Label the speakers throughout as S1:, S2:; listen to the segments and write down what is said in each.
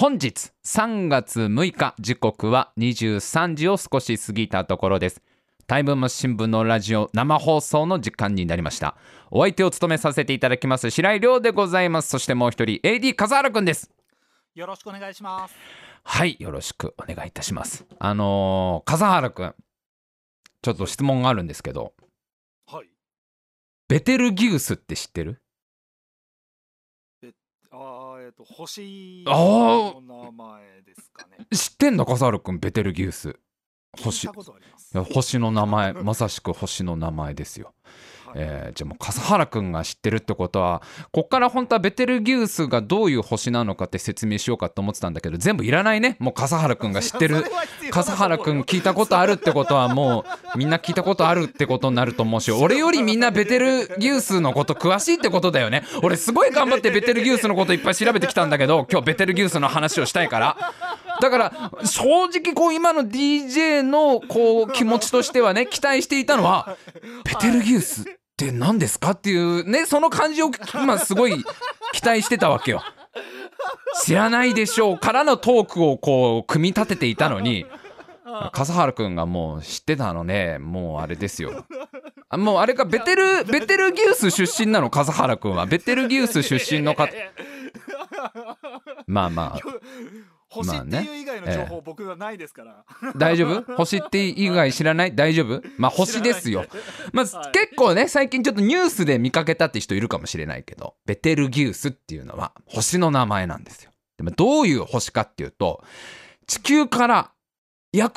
S1: 本日3月6日、時刻は23時を少し過ぎたところです。タイムマシン部のラジオ生放送の時間になりました。お相手を務めさせていただきます白井亮でございます。そしてもう一人 AD 笠原くんです。
S2: よろしくお願いします。
S1: はい、よろしくお願いいたします。笠原くん、ちょっと質問があるんですけど、
S2: はい。
S1: ベテルギウスって知ってる？
S2: 星の名前ですかね。
S1: 知ってんの笠原くん、ベテルギウス。
S2: 聞いたことあります。
S1: 星の名前、まさしく星の名前ですよ。じゃあもう笠原くんが知ってるってことは、こっから本当はベテルギウスがどういう星なのかって説明しようかと思ってたんだけど、全部いらないね。もう笠原くんが知ってる笠原くん聞いたことあるってことは、もうみんな聞いたことあるってことになると思うし、俺よりみんなベテルギウスのこと詳しいってことだよね。俺すごい頑張ってベテルギウスのこといっぱい調べてきたんだけど、今日ベテルギウスの話をしたいから。だから正直こう今の DJ のこう気持ちとしてはね、期待していたのはベテルギウスって何ですかっていうね、その感じを今すごい期待してたわけよ。知らないでしょうからのトークをこう組み立てていたのに、笠原くんがもう知ってたのね。もうあれですよ。もうあれか、ベテルギウス出身なの？笠原くんはベテルギウス出身の方。まあまあ
S2: 星っていう以外の情報、僕はないですから。
S1: 大丈夫？星って以外知らない？大丈夫？まあ星ですよ。まあ、結構ね、最近ちょっとニュースで見かけたって人いるかもしれないけど、ベテルギウスっていうのは星の名前なんですよ。でもどういう星かっていうと、地球から約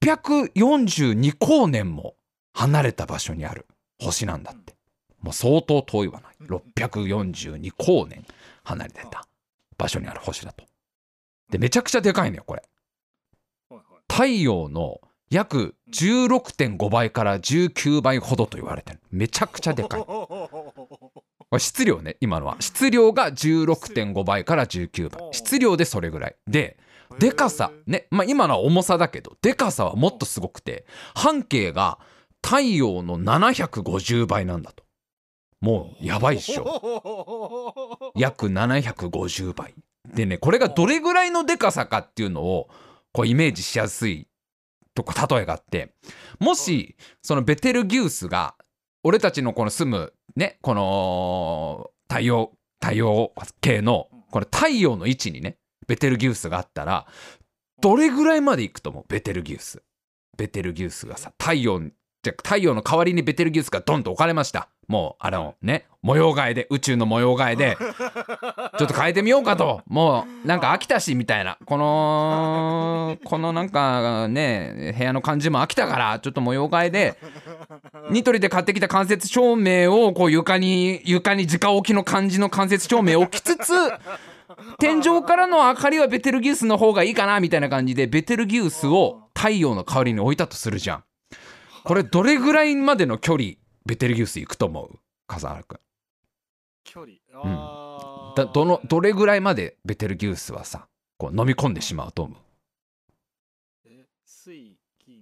S1: 642光年も離れた場所にある星なんだって。もう相当遠いわない。642光年離れてた場所にある星だと。でめちゃくちゃでかいのよこれ。太陽の約 16.5 倍から19倍ほどと言われてる。めちゃくちゃでかい。これ質量ね、今のは質量が 16.5 倍から19倍、質量でそれぐらいで、でかさね、まあ今のは重さだけど、でかさはもっとすごくて、半径が太陽の750倍なんだと。もうやばいっしょ。約750倍でね、これがどれぐらいのでかさかっていうのをこうイメージしやすいとこ例えがあって、もしそのベテルギウスが俺たちのこの住むね、この太陽系のこれ太陽の位置にね、ベテルギウスがあったらどれぐらいまで行くと思う？ベテルギウスがさ、太陽の代わりにベテルギウスがドンと置かれました。もうね、模様替えで、宇宙の模様替えでちょっと変えてみようかと、もうなんか飽きたしみたいな、このなんかね、部屋の感じも飽きたからちょっと模様替えでニトリで買ってきた間接照明をこう床に直置きの感じの間接照明を置きつつ、天井からの明かりはベテルギウスの方がいいかなみたいな感じで、ベテルギウスを太陽の代わりに置いたとするじゃん。これどれぐらいまでの距離ベテルギウス行くと思う？笠原くん。距離、どれぐらいまでベテルギウスはさ、こう飲み込んでしまうと思う？
S2: 水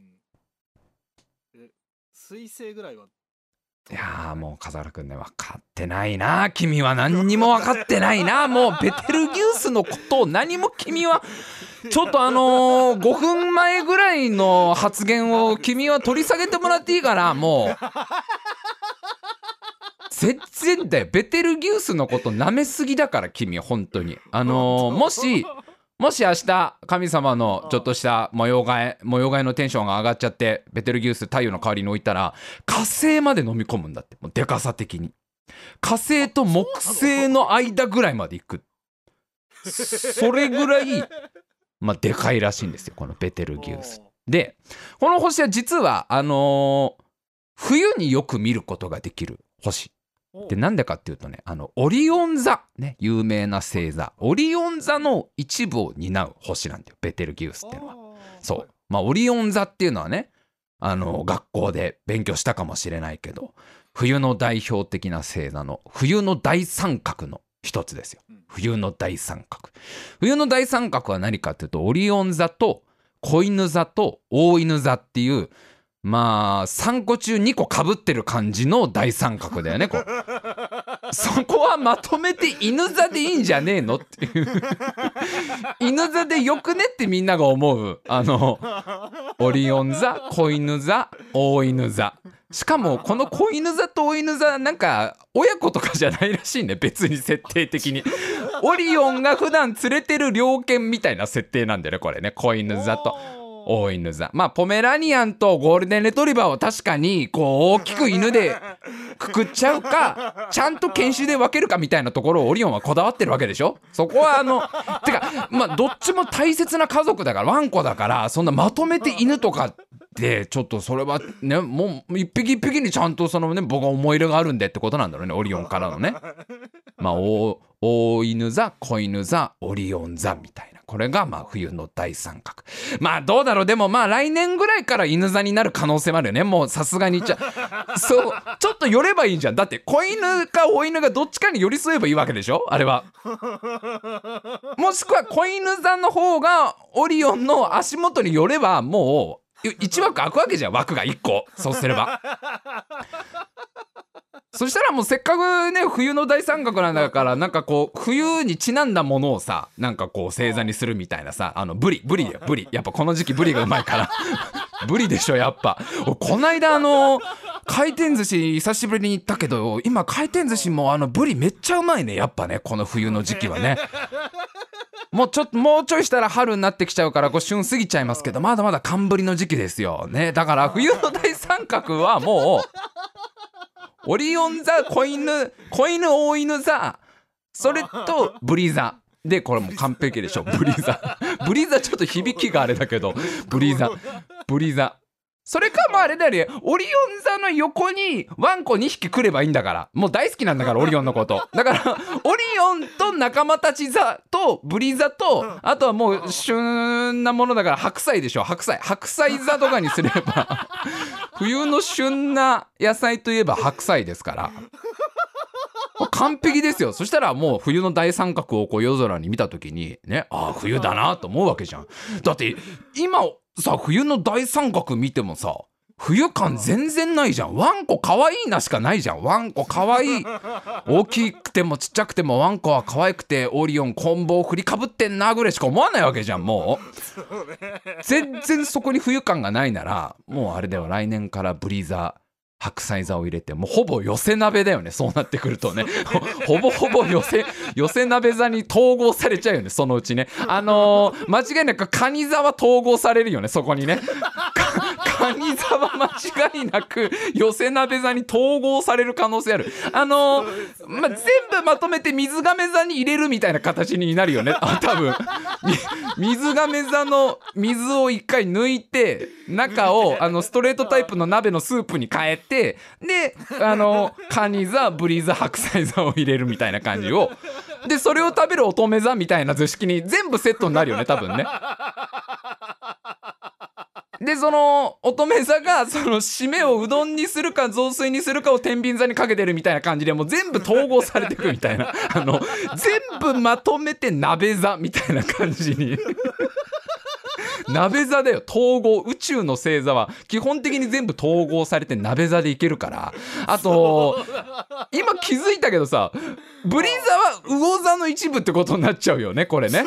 S2: 星ぐらいは。
S1: いやもう笠原くんね、分かってないな。君は何にも分かってないな。もうベテルギウスのことを何も君はちょっと5分前ぐらいの発言を君は取り下げてもらっていいかな。もう全然だよ、ベテルギウスのこと舐めすぎだから君は本当に。もし明日神様のちょっとした模様替えのテンションが上がっちゃってベテルギウス太陽の代わりに置いたら火星まで飲み込むんだって。もうでかさ的に火星と木星の間ぐらいまで行く。それぐらいまあでかいらしいんですよ、このベテルギウスで。この星は実は冬によく見ることができる星で、なんでかっていうとね、オリオン座ね、有名な星座オリオン座の一部を担う星なんだよ、ベテルギウスっていうのは。そう、まあオリオン座っていうのはね、学校で勉強したかもしれないけど、冬の代表的な星座の冬の大三角の一つですよ。冬の大三角は何かっていうと、オリオン座と子犬座と大犬座っていう、まあ3個中2個被ってる感じの大三角だよね。こうそこはまとめて犬座でいいんじゃねえのっていう犬座でよくねってみんなが思うオリオン座、子犬座、大犬座。しかもこの子犬座と大犬座なんか親子とかじゃないらしいね、別に設定的に。オリオンが普段連れてる猟犬みたいな設定なんだよねこれね、子犬座と大犬座。まあポメラニアンとゴールデンレトリバーを確かにこう大きく犬でくくっちゃうかちゃんと犬種で分けるかみたいなところをオリオンはこだわってるわけでしょ。そこはてかまあどっちも大切な家族だからワンコだから、そんなまとめて犬とかでちょっとそれはね、もう一匹一匹にちゃんとそのね僕は思い入れがあるんでってことなんだろうね、オリオンからのね。まあ大犬座、子犬座、オリオン座みたいな、これがまあ冬の大三角。まあどうだろう、でもまあ来年ぐらいから犬座になる可能性もあるよね。もうさすがにそうちょっと寄ればいいじゃん。だって子犬か大犬がどっちかに寄り添えばいいわけでしょあれは。もしくは子犬座の方がオリオンの足元に寄ればもう1枠空くわけじゃん、枠が1個。そうすればそしたらもうせっかくね冬の大三角なんだから、なんかこう冬にちなんだものをさ、なんかこう星座にするみたいなさ、ブリだよ、ブリ。やっぱこの時期ブリがうまいからブリでしょやっぱ。こないだ回転寿司久しぶりに行ったけど、今回転寿司もブリめっちゃうまいねやっぱね、この冬の時期はね。もうちょいしたら春になってきちゃうから旬過ぎちゃいますけど、まだまだ寒ぶりの時期ですよね。だから冬の大三角はもうオリオン座、子犬大犬座、それとブリ座で、これもう完璧でしょ。ブリ座ちょっと響きがあれだけど、ブリ座。それかもあれだよね、オリオン座の横にワンコ2匹来ればいいんだから、もう大好きなんだからオリオンのこと。だからオリオンと仲間たち座とブリ座と、あとはもう旬なものだから白菜でしょ。白菜座とかにすれば冬の旬な野菜といえば白菜ですから完璧ですよ。そしたらもう冬の大三角をこう夜空に見た時にね、ああ冬だなと思うわけじゃん。だって今さ冬の大三角見てもさ冬感全然ないじゃん。ワンコ可愛いなしかないじゃん。ワンコ可愛い、大きくてもちっちゃくてもワンコは可愛くてオリオンコンボを振りかぶってんなぐらいしか思わないわけじゃん。もう全然そこに冬感がないならもうあれだよ、来年からブリ座白菜座を入れてもうほぼ寄せ鍋だよね。そうなってくるとねほぼ寄せ鍋座に統合されちゃうよね、そのうちね。間違いなくカニ座は統合されるよね、そこにね。カニ座は間違いなく寄せ鍋座に統合される可能性ある。全部まとめて水亀座に入れるみたいな形になるよね多分水亀座の水を一回抜いて中をストレートタイプの鍋のスープに変えて、でカニ座ブリ座白菜座を入れるみたいな感じを、でそれを食べる乙女座みたいな図式に全部セットになるよね多分ね。でその乙女座がその締めをうどんにするか雑炊にするかを天秤座にかけてるみたいな感じでもう全部統合されていくみたいな全部まとめて鍋座みたいな感じに鍋座だよ、統合。宇宙の星座は基本的に全部統合されて鍋座でいけるから。あと今気づいたけどさ、ブリ座は魚座の一部ってことになっちゃうよねこれね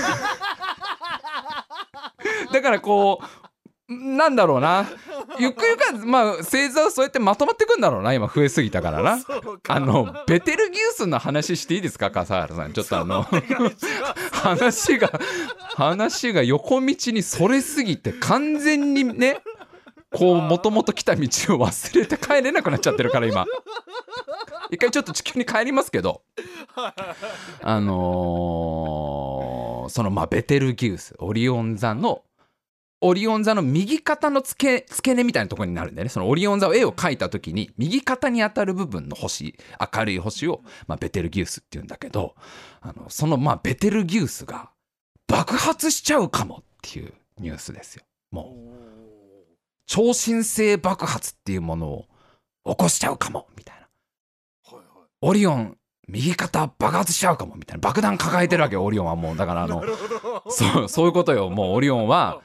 S1: だからこうなんだろうな、ゆっくりかまあ星座はそうやってまとまってくんだろうな、今増えすぎたからな。ベテルギウスの話していいですか笠原さん。ちょっと話が横道にそれすぎて完全にねこうもともと来た道を忘れて帰れなくなっちゃってるから今一回ちょっと地球に帰りますけどそのまあベテルギウスオリオン座の右肩の付け根みたいなところになるんだよね。そのオリオン座を絵を描いた時に右肩に当たる部分の星、明るい星を、まあ、ベテルギウスっていうんだけど、そのまあベテルギウスが爆発しちゃうかもっていうニュースですよ。もう超新星爆発っていうものを起こしちゃうかもみたいな。オリオン右肩爆発しちゃうかもみたいな爆弾抱えてるわけよオリオンは。もうだからそういうことよ。もうオリオンは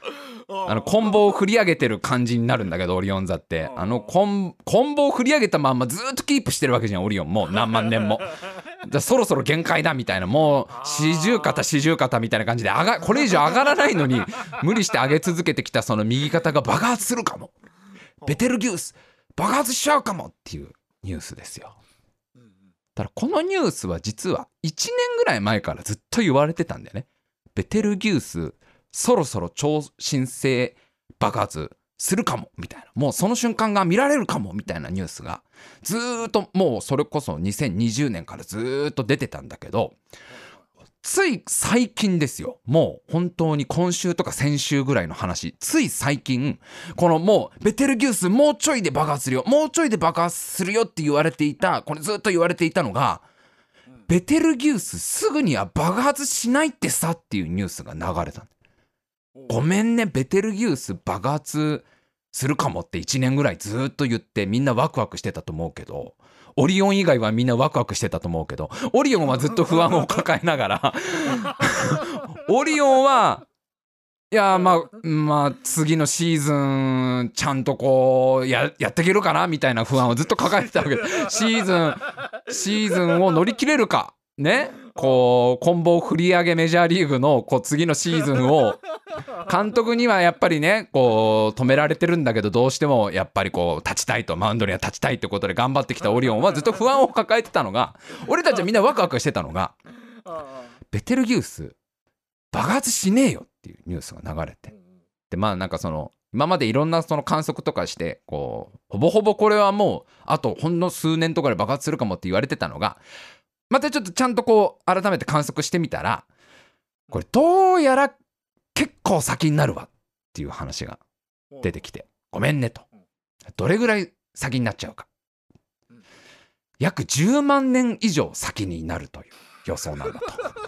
S1: コンボを振り上げてる感じになるんだけど、オリオン座ってコンボを振り上げたまんまずっとキープしてるわけじゃん、オリオンも何万年も。そろそろ限界だみたいな、もう四十肩みたいな感じでこれ以上上がらないのに無理して上げ続けてきたその右肩が爆発するかも、ベテルギウス爆発しちゃうかもっていうニュースですよ。ただこのニュースは実は1年ぐらい前からずっと言われてたんだよね。ベテルギウスそろそろ超新星爆発するかもみたいな、もうその瞬間が見られるかもみたいなニュースがずーっと、もうそれこそ2020年からずーっと出てたんだけど、つい最近ですよ、もう本当に今週とか先週ぐらいの話、つい最近このもうベテルギウスもうちょいで爆発するよ、もうちょいで爆発するよって言われていた、これずっと言われていたのが、ベテルギウスすぐには爆発しないってさっていうニュースが流れた。ごめんね、ベテルギウス爆発するかもって1年ぐらいずっと言ってみんなワクワクしてたと思うけど、オリオン以外はみんなワクワクしてたと思うけど、オリオンはずっと不安を抱えながらオリオンはいやまあ次のシーズンちゃんとこうやっていけるかなみたいな不安をずっと抱えてたわけで、シーズンを乗り切れるかね、こうコンボ振り上げメジャーリーグのこう次のシーズンを監督にはやっぱりねこう止められてるんだけど、どうしてもやっぱりこう立ちたいと、マウンドには立ちたいってことで頑張ってきたオリオンはずっと不安を抱えてたのが、俺たちはみんなワクワクしてたのが、ベテルギウス爆発しねえよっていうニュースが流れて、でまあなんかその今までいろんなその観測とかしてこうほぼほぼこれはもうあとほんの数年とかで爆発するかもって言われてたのが、またちょっとちゃんとこう改めて観測してみたら、これどうやら結構先になるわっていう話が出てきて、ごめんねと、どれぐらい先になっちゃうか、約10万年以上先になるという予想なんだと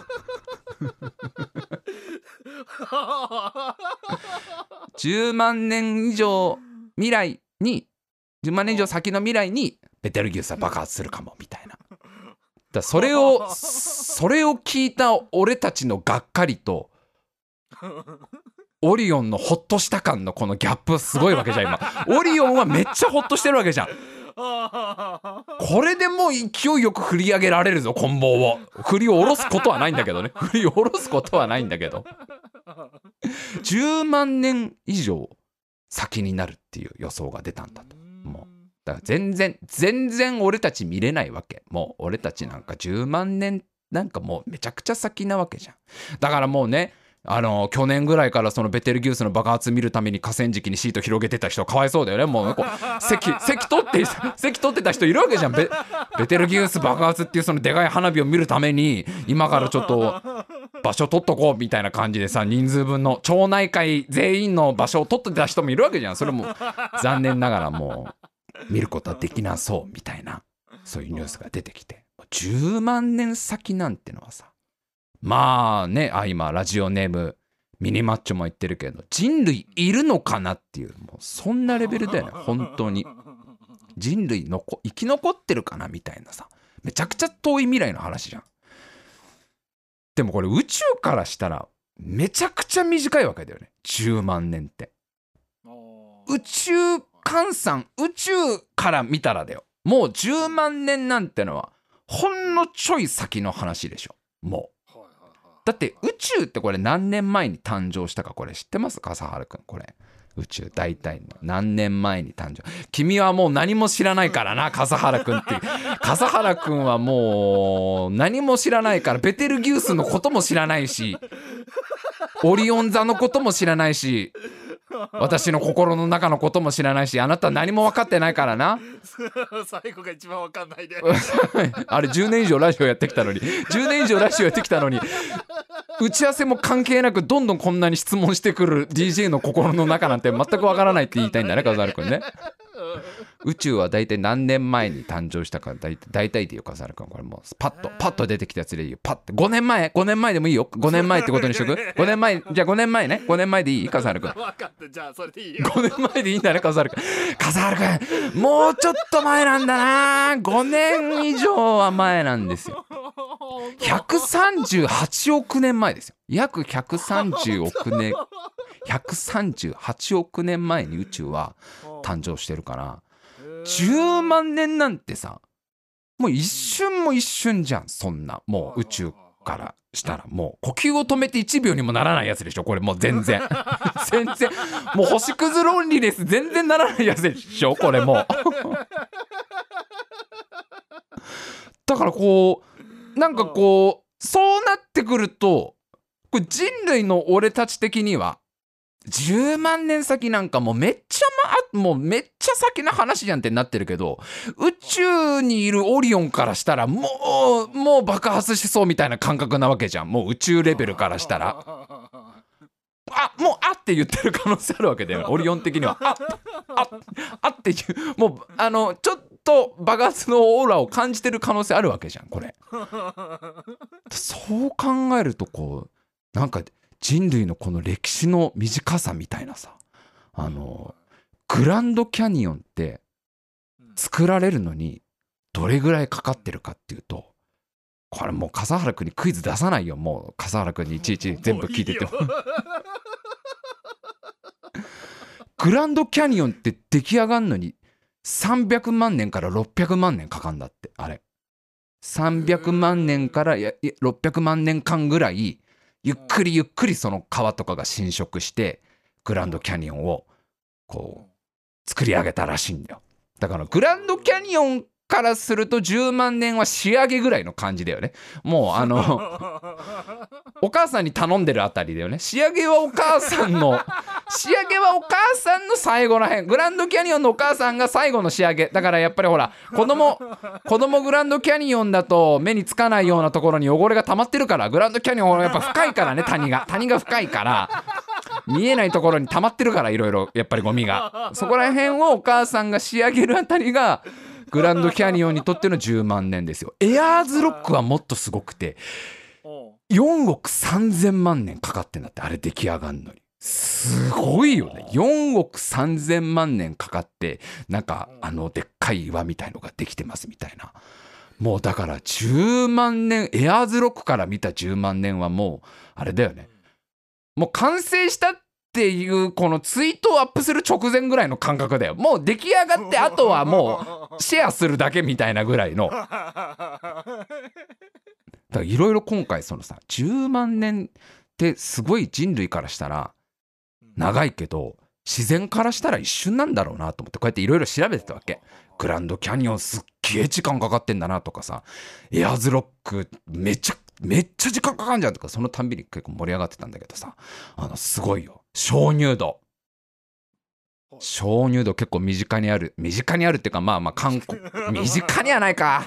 S1: 10万年以上未来に、10万年以上先の未来にベテルギウスは爆発するかもみたいな。だそれを聞いた俺たちのがっかりとオリオンのホッとした感のこのギャップすごいわけじゃん今。オリオンはめっちゃホッとしてるわけじゃん。これでもう勢いよく振り上げられるぞ、コンボを。振りを下ろすことはないんだけどね。振りを下ろすことはないんだけど。10万年以上先になるっていう予想が出たんだと。もうだから全然俺たち見れないわけ。もう俺たちなんか10万年なんかもうめちゃくちゃ先なわけじゃん。だからもうね、去年ぐらいからそのベテルギウスの爆発見るために河川敷にシート広げてた人かわいそうだよね。もうこう席取ってた人いるわけじゃん。ベテルギウス爆発っていうそのでかい花火を見るために今からちょっと場所取っとこうみたいな感じでさ、人数分の町内会全員の場所を取ってた人もいるわけじゃん。それも残念ながらもう見ることはできなそうみたいな、そういうニュースが出てきて、10万年先なんてのはさ、まあね、今ラジオネームミニマッチョも言ってるけど、人類いるのかなっていう、もうそんなレベルだよね。本当に人類生き残ってるかなみたいなさ、めちゃくちゃ遠い未来の話じゃん。でもこれ宇宙からしたらめちゃくちゃ短いわけだよね、10万年って。宇宙換算、宇宙から見たらだよ、もう10万年なんてのはほんのちょい先の話でしょ。もうだって宇宙ってこれ何年前に誕生したかこれ知ってます？笠原くん、これ宇宙大体の何年前に誕生。君はもう何も知らないからな、笠原くんって。笠原くんはもう何も知らないから、ベテルギウスのことも知らないし、オリオン座のことも知らないし、私の心の中のことも知らないし、あなたは何も分かってないからな。
S2: 最後が一番分かんないで
S1: あれ10年以上ラジオやってきたのに打ち合わせも関係なくどんどんこんなに質問してくる DJ の心の中なんて全く分からないって言いたいんだね、笠原くんね。宇宙は大体何年前に誕生したか大体でいいよ、笠原くん。これもうパッと出てきたやつでいいよ。パッて5年前でもいいよ。5年前ってことにしとく。5年前、じゃあ5年前ね。5年前でいい？笠原くん。
S2: 分かった、じゃあそれでいいよ。
S1: 5年前でいいんだね、笠原くん。笠原くん、もうちょっと前なんだな。5年以上は前なんですよ。138億年前ですよ。約130億年 138億年前に宇宙は誕生してるから、10万年なんてさ、もう一瞬も一瞬じゃん。そんなもう宇宙からしたらもう呼吸を止めて1秒にもならないやつでしょこれ。もう全然全然もう星屑論理です。全然ならないやつでしょこれもうだからこうなんかこうそうなってくると、これ人類の俺たち的には10万年先なんかもうめっちゃもうめっちゃ先の話じゃんってなってるけど、宇宙にいるオリオンからしたらもう爆発しそうみたいな感覚なわけじゃん。もう宇宙レベルからしたらもうって言ってる可能性あるわけだよ。オリオン的にはっていうもうちょっと爆発のオーラを感じてる可能性あるわけじゃんこれ。そう考えるとこうなんか人類のこの歴史の短さみたいなさ、グランドキャニオンって作られるのにどれぐらいかかってるかっていうと、これもう笠原くんにクイズ出さないよ。もう笠原くんにいちいち全部聞いててもグランドキャニオンって出来上がるのに300万年から600万年かかんだって。あれ300万年から600万年間ぐらいゆっくりゆっくりその川とかが浸食してグランドキャニオンをこう作り上げたらしいんだよ。だからグランドキャニオンからすると10万年は仕上げぐらいの感じだよね。もうお母さんに頼んでるあたりだよね。仕上げはお母さんの最後らへん。グランドキャニオンのお母さんが最後の仕上げだから、やっぱりほら子供グランドキャニオンだと目につかないようなところに汚れが溜まってるから、グランドキャニオンはやっぱ深いからね、谷が深いから見えないところに溜まってるから、いろいろやっぱりゴミが、そこら辺をお母さんが仕上げるあたりがグランドキャニオンにとっての10万年ですよ。エアーズロックはもっとすごくて4億3000万年かかってんだって、あれ出来上がるのに。すごいよね。4億3000万年かかってなんかでっかい岩みたいのができてますみたいな。もうだから10万年、エアーズロックから見た10万年はもうあれだよね。もう完成したっていうこのツイートをアップする直前ぐらいの感覚だよ。もう出来上がってあとはもうシェアするだけみたいなぐらいの。だからいろいろ今回そのさ10万年ってすごい人類からしたら長いけど自然からしたら一瞬なんだろうなと思ってこうやっていろいろ調べてたわけ。グランドキャニオンすっげえ時間かかってんだなとかさ、エアーズロックめっちゃ時間かかんじゃんとか、そのたんびに結構盛り上がってたんだけどさ、すごいよ。鍾乳洞結構身近にあるっていうか、まあ韓国身近にはないか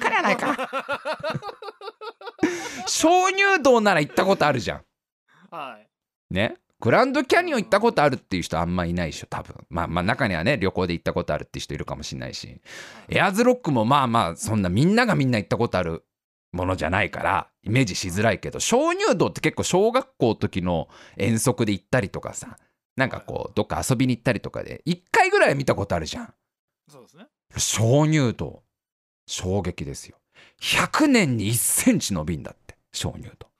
S1: 鍾乳洞なら行ったことあるじゃん。
S2: はい
S1: ね。グランドキャニオン行ったことあるっていう人あんまいないでしょ多分。まあ中にはね旅行で行ったことあるって人いるかもしれないし、エアーズロックもまあそんなみんながみんな行ったことあるものじゃないからイメージしづらいけど、鍾乳洞って結構小学校の時の遠足で行ったりとかさ、なんかこうどっか遊びに行ったりとかで1回ぐらい見たことあるじゃん。
S2: そうですね。
S1: 鍾乳洞衝撃ですよ。100年に1センチ伸びんだって鍾乳洞。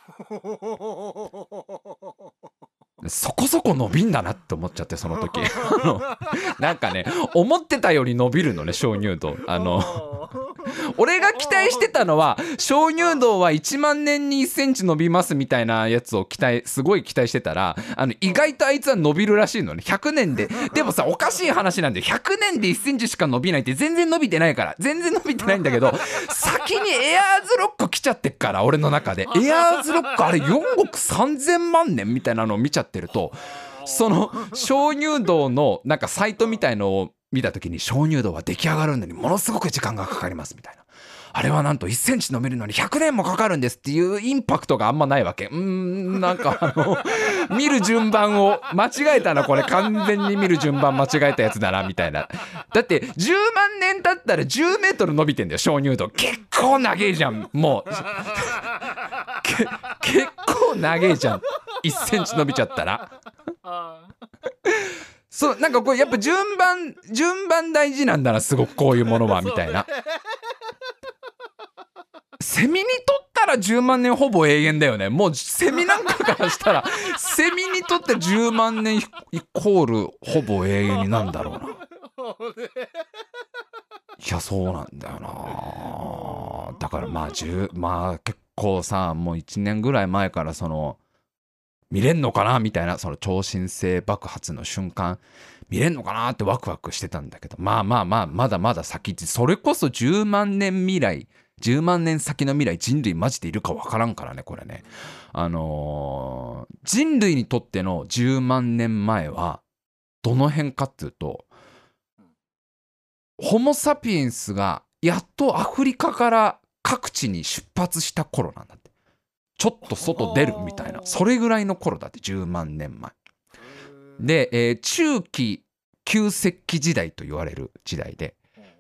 S1: そこそこ伸びんだなって思っちゃってその時なんかね思ってたより伸びるのね鍾乳洞。俺が期待してたのは鍾乳洞は1万年に1センチ伸びますみたいなやつをすごい期待してたら、意外とあいつは伸びるらしいのね100年で。でもさおかしい話なんで100年で1センチしか伸びないって全然伸びてないから、全然伸びてないんだけど先にエアーズロック来ちゃってっから俺の中でエアーズロックあれ4億3000万年みたいなのを見ちゃってると、その鍾乳洞のなんかサイトみたいのを見た時に鍾乳洞は出来上がるのにものすごく時間がかかりますみたいな、あれはなんと1センチ伸びるのに100年もかかるんですっていうインパクトがあんまないわけ。なんか見る順番を間違えたなこれ、完全に見る順番間違えたやつだなみたいな。だって10万年経ったら10メートル伸びてんだよ鍾乳洞。結構長えじゃんもう結構長えじゃん1センチ伸びちゃったらそうなんかこれやっぱ順番大事なんだなすごくこういうものはみたいな。セミにとったら10万年ほぼ永遠だよね。もうセミなんかからしたらセミにとって10万年イコールほぼ永遠になんだろうな。いやそうなんだよな。だからまあ結構さ、もう1年ぐらい前からその見れんのかなみたいな、その超新星爆発の瞬間見れんのかなってワクワクしてたんだけど、まだまだ先、それこそ10万年未来、10万年先の未来、人類マジでいるかわからんからね、これね。人類にとっての10万年前はどの辺かっていうと、ホモ・サピエンスがやっとアフリカから各地に出発した頃なんだって。ちょっと外出るみたいな、それぐらいの頃だって、10万年前で、中期旧石器時代と言われる時代で、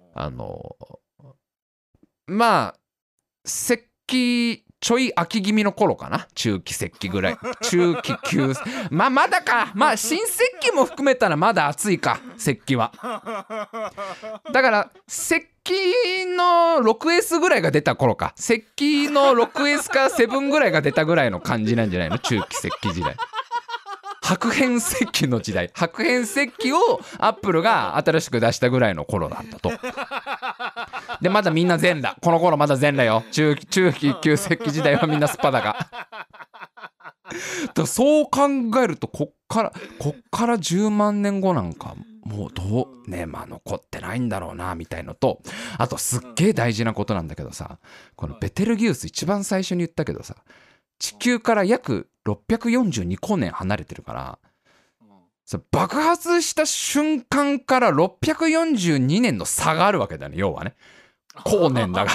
S1: まあ石器ちょい秋気味の頃かな、中期石器ぐらい、中期旧まだか、新石器も含めたらまだ暑いか、石器は。だから石器の 6S ぐらいが出た頃か、石器の 6S か7ぐらいが出たぐらいの感じなんじゃないの、中期石器時代。白変石器の時代、白変石器をアップルが新しく出したぐらいの頃なんだと。でまだみんな全裸、この頃まだ全裸よ。中期旧石器時代はみんなスパだがだそう考えると、こっから10万年後なんかもうね、残ってないんだろうなみたいのと、あとすっげえ大事なことなんだけどさ、このベテルギウス一番最初に言ったけどさ、地球から約642光年離れてるから、爆発した瞬間から642年の差があるわけだよね、要はね。光年だ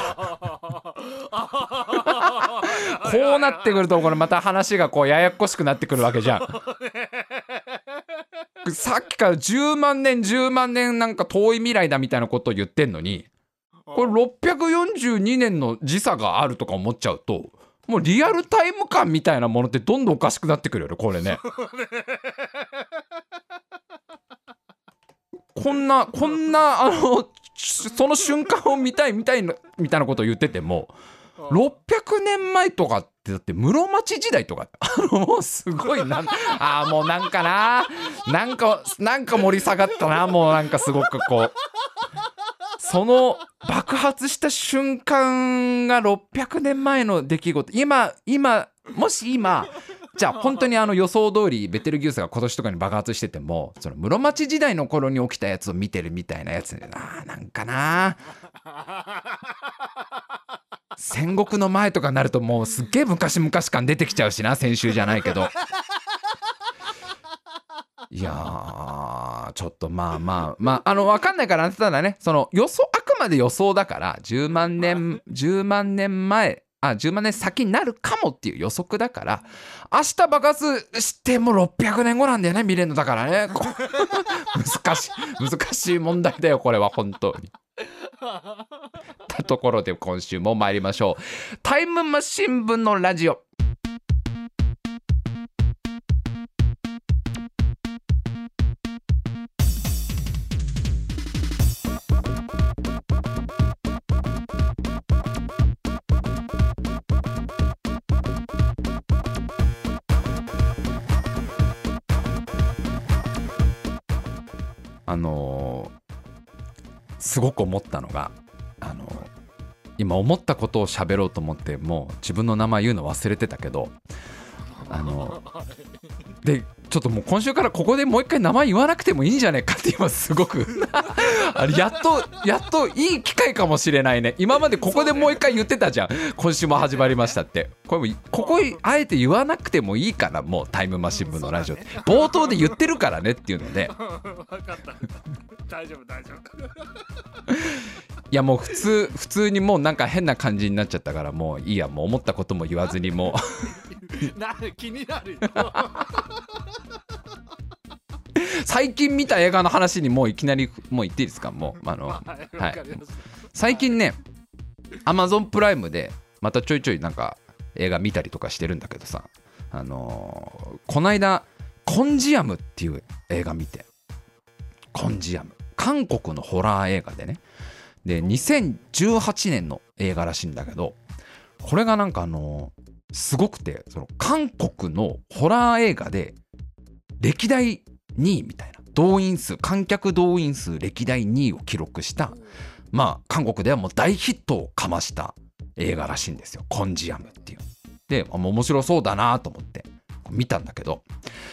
S1: からこうなってくると、これまた話がこうややこしくなってくるわけじゃん。さっきから10万年なんか遠い未来だみたいなことを言ってんのに、これ642年の時差があるとか思っちゃうと、もうリアルタイム感みたいなものってどんどんおかしくなってくるよね、これね。こんなその瞬間を見たいみたいなことを言ってても、600年前とかってだって室町時代とかもうすごいもうなんか盛り下がったな、もうなんかすごくこうその爆発した瞬間が600年前の出来事、もし今じゃあ本当に予想通りベテルギウスが今年とかに爆発してても、その室町時代の頃に起きたやつを見てるみたいなやつで、なんかな戦国の前とかになるともうすっげえ昔感出てきちゃうしな、先週じゃないけど。いやーちょっと分かんないから、ただね、その予想、あくまで予想だから10万年前10万年先になるかもっていう予測だから、明日爆発しても600年後なんだよね、見れるのだからね難しい問題だよこれは本当に。たところで今週も参りましょう。タイムマシン部のラジオ。すごく思ったのが、今思ったことを喋ろうと思ってもう自分の名前言うの忘れてたけど、でちょっともう今週からここでもう一回名前言わなくてもいいんじゃねえかって今すごくやっといい機会かもしれないね。今までここでもう一回言ってたじゃん、今週も始まりましたって。ここあえて言わなくてもいいから、もうタイムマシン部のラジオって冒頭で言ってるからねっていうので分かった大丈夫いやもう普通にもうなんか変な感じになっちゃったから、もういいや、もう思ったことも言わずにもう気になるよ最近見た映画の話にもういきなりもう言っていいですか。もうはい、最近ね Amazon プライムでまたちょいちょいなんか映画見たりとかしてるんだけどさ、こないだコンジアムっていう映画見て、コンジアム韓国のホラー映画でね、で2018年の映画らしいんだけど、 これがなんかすごくて、その韓国のホラー映画で歴代2位みたいな、動員数、観客動員数歴代2位を記録した、まあ韓国ではもう大ヒットをかました映画らしいんですよ、コンジアムっていう。でもう面白そうだなと思って見たんだけど、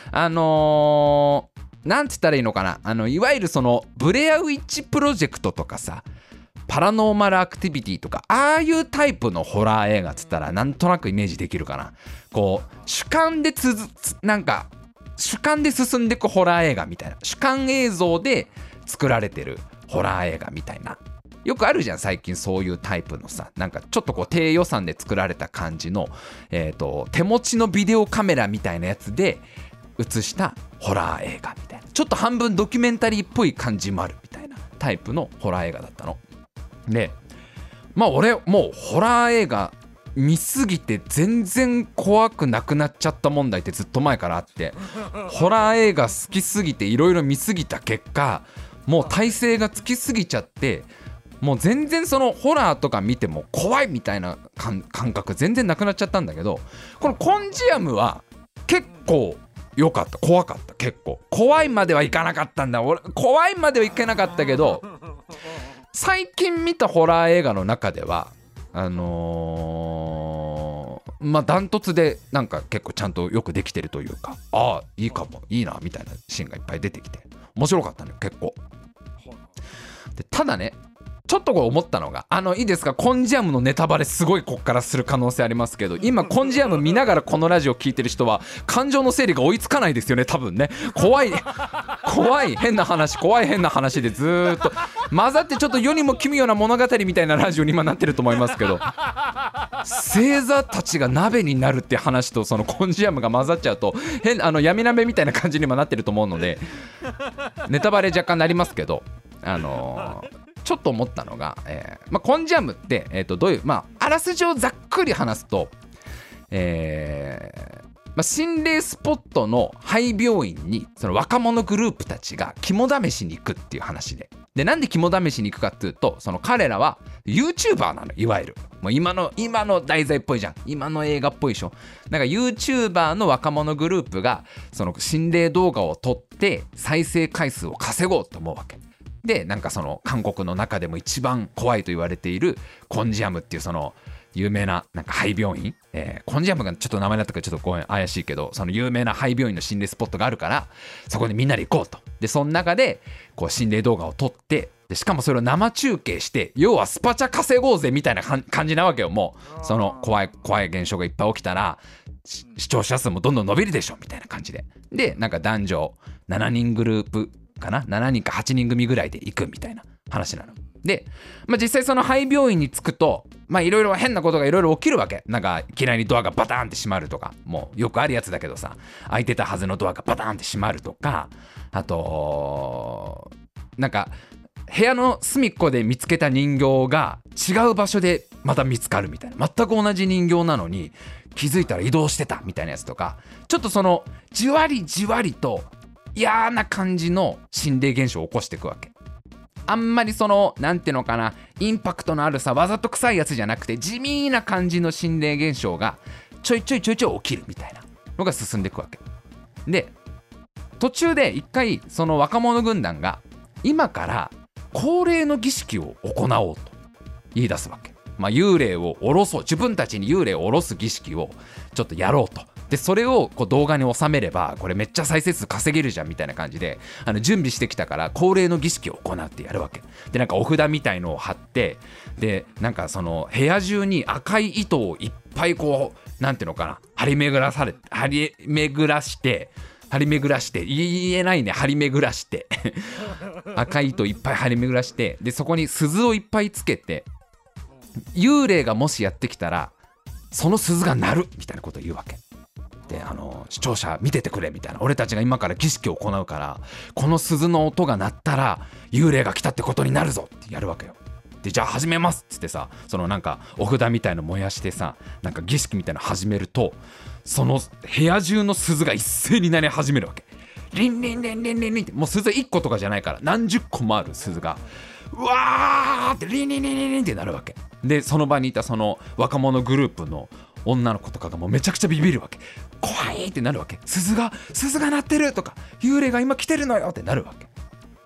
S1: なんつったらいいのかな、いわゆるそのブレアウィッチプロジェクトとかさ、パラノーマルアクティビティとか、ああいうタイプのホラー映画っつったらなんとなくイメージできるかな。こう主観でなんか主観で進んでいくホラー映画みたいな、主観映像で作られてるホラー映画みたいな、よくあるじゃん最近そういうタイプのさ、なんかちょっとこう低予算で作られた感じの、手持ちのビデオカメラみたいなやつで映したホラー映画みたいな、ちょっと半分ドキュメンタリーっぽい感じもあるみたいなタイプのホラー映画だったので、まあ俺もうホラー映画見すぎて全然怖くなくなっちゃった問題ってずっと前からあって、ホラー映画好きすぎていろいろ見すぎた結果、もう体勢がつきすぎちゃって、もう全然そのホラーとか見ても怖いみたいな感覚全然なくなっちゃったんだけど、このコンジアムは結構良かった。怖かった。結構怖いまではいかなかったんだ。俺怖いまではいけなかったけど、最近見たホラー映画の中ではまあダントツでなんか結構ちゃんとよくできてるというか、ああいいかも、いいなみたいなシーンがいっぱい出てきて面白かったね結構で。ただね、ちょっとこう思ったのが、いいですか、コンジアムのネタバレすごいこっからする可能性ありますけど、今コンジアム見ながらこのラジオ聞いてる人は感情の整理が追いつかないですよね多分ね。怖い変な話でずーっと混ざって、ちょっと世にも奇妙な物語みたいなラジオに今なってると思いますけど、星座たちが鍋になるって話とそのコンジアムが混ざっちゃうと闇鍋みたいな感じにもなってると思うので、ネタバレ若干なりますけど、ちょっと思ったのが、コンジャムって、どういう、あらすじをざっくり話すと、心霊スポットの廃病院にその若者グループたちが肝試しに行くっていう話で、なんで肝試しに行くかっていうと、その彼らは YouTuber なの、いわゆるもう今の題材っぽいじゃん、今の映画っぽいでしょ。なんか YouTuber の若者グループがその心霊動画を撮って再生回数を稼ごうと思うわけで、なんかその韓国の中でも一番怖いと言われているコンジアムっていうその有名ななんか廃病院、コンジアムがちょっと名前だったからちょっとごめん怪しいけど、その有名な廃病院の心霊スポットがあるから、そこにみんなで行こうと。でその中でこう心霊動画を撮って、でしかもそれを生中継して、要はスパチャ稼ごうぜみたいな感じなわけよ。もうその怖い現象がいっぱい起きたら視聴者数もどんどん伸びるでしょみたいな感じで、でなんか男女7人グループかな、7人か8人組ぐらいで行くみたいな話なので、実際その廃病院に着くといろいろ変なことがいろいろ起きるわけ。なんかいきなりドアがバターンって閉まるとか、もうよくあるやつだけどさ、開いてたはずのドアがバターンって閉まるとか、あとなんか部屋の隅っこで見つけた人形が違う場所でまた見つかるみたいな、全く同じ人形なのに気づいたら移動してたみたいなやつとか、ちょっとそのじわりじわりと嫌な感じの心霊現象を起こしていくわけ。あんまりそのなんていうのかな、インパクトのあるさ、わざと臭いやつじゃなくて地味な感じの心霊現象がちょいちょい起きるみたいなのが進んでいくわけで、途中で一回その若者軍団が今から恒例の儀式を行おうと言い出すわけ。幽霊を下ろそう、自分たちに幽霊を下ろす儀式をちょっとやろうと。でそれをこう動画に収めればこれめっちゃ再生数稼げるじゃんみたいな感じで準備してきたから、恒例の儀式を行うってやるわけで、なんかお札みたいのを貼って、でなんかその部屋中に赤い糸をいっぱいこうなんていうのかな、張り巡らして言えないね、張り巡らして赤い糸いっぱい張り巡らして、でそこに鈴をいっぱいつけて、幽霊がもしやってきたらその鈴が鳴るみたいなことを言うわけで、視聴者見ててくれみたいな、俺たちが今から儀式を行うからこの鈴の音が鳴ったら幽霊が来たってことになるぞってやるわけよ。でじゃあ始めますっつってさ、そのなんかお札みたいの燃やしてさ、なんか儀式みたいなの始めると、その部屋中の鈴が一斉に鳴り始めるわけ。リンリンリンリンリンリンって、もう鈴1個とかじゃないから何十個もある鈴がうわーってリンリンリンリンってなるわけでその場にいたその若者グループの女の子とかがもうめちゃくちゃビビるわけ。怖いってなるわけ。鈴が鳴ってるとか、幽霊が今来てるのよってなるわけ。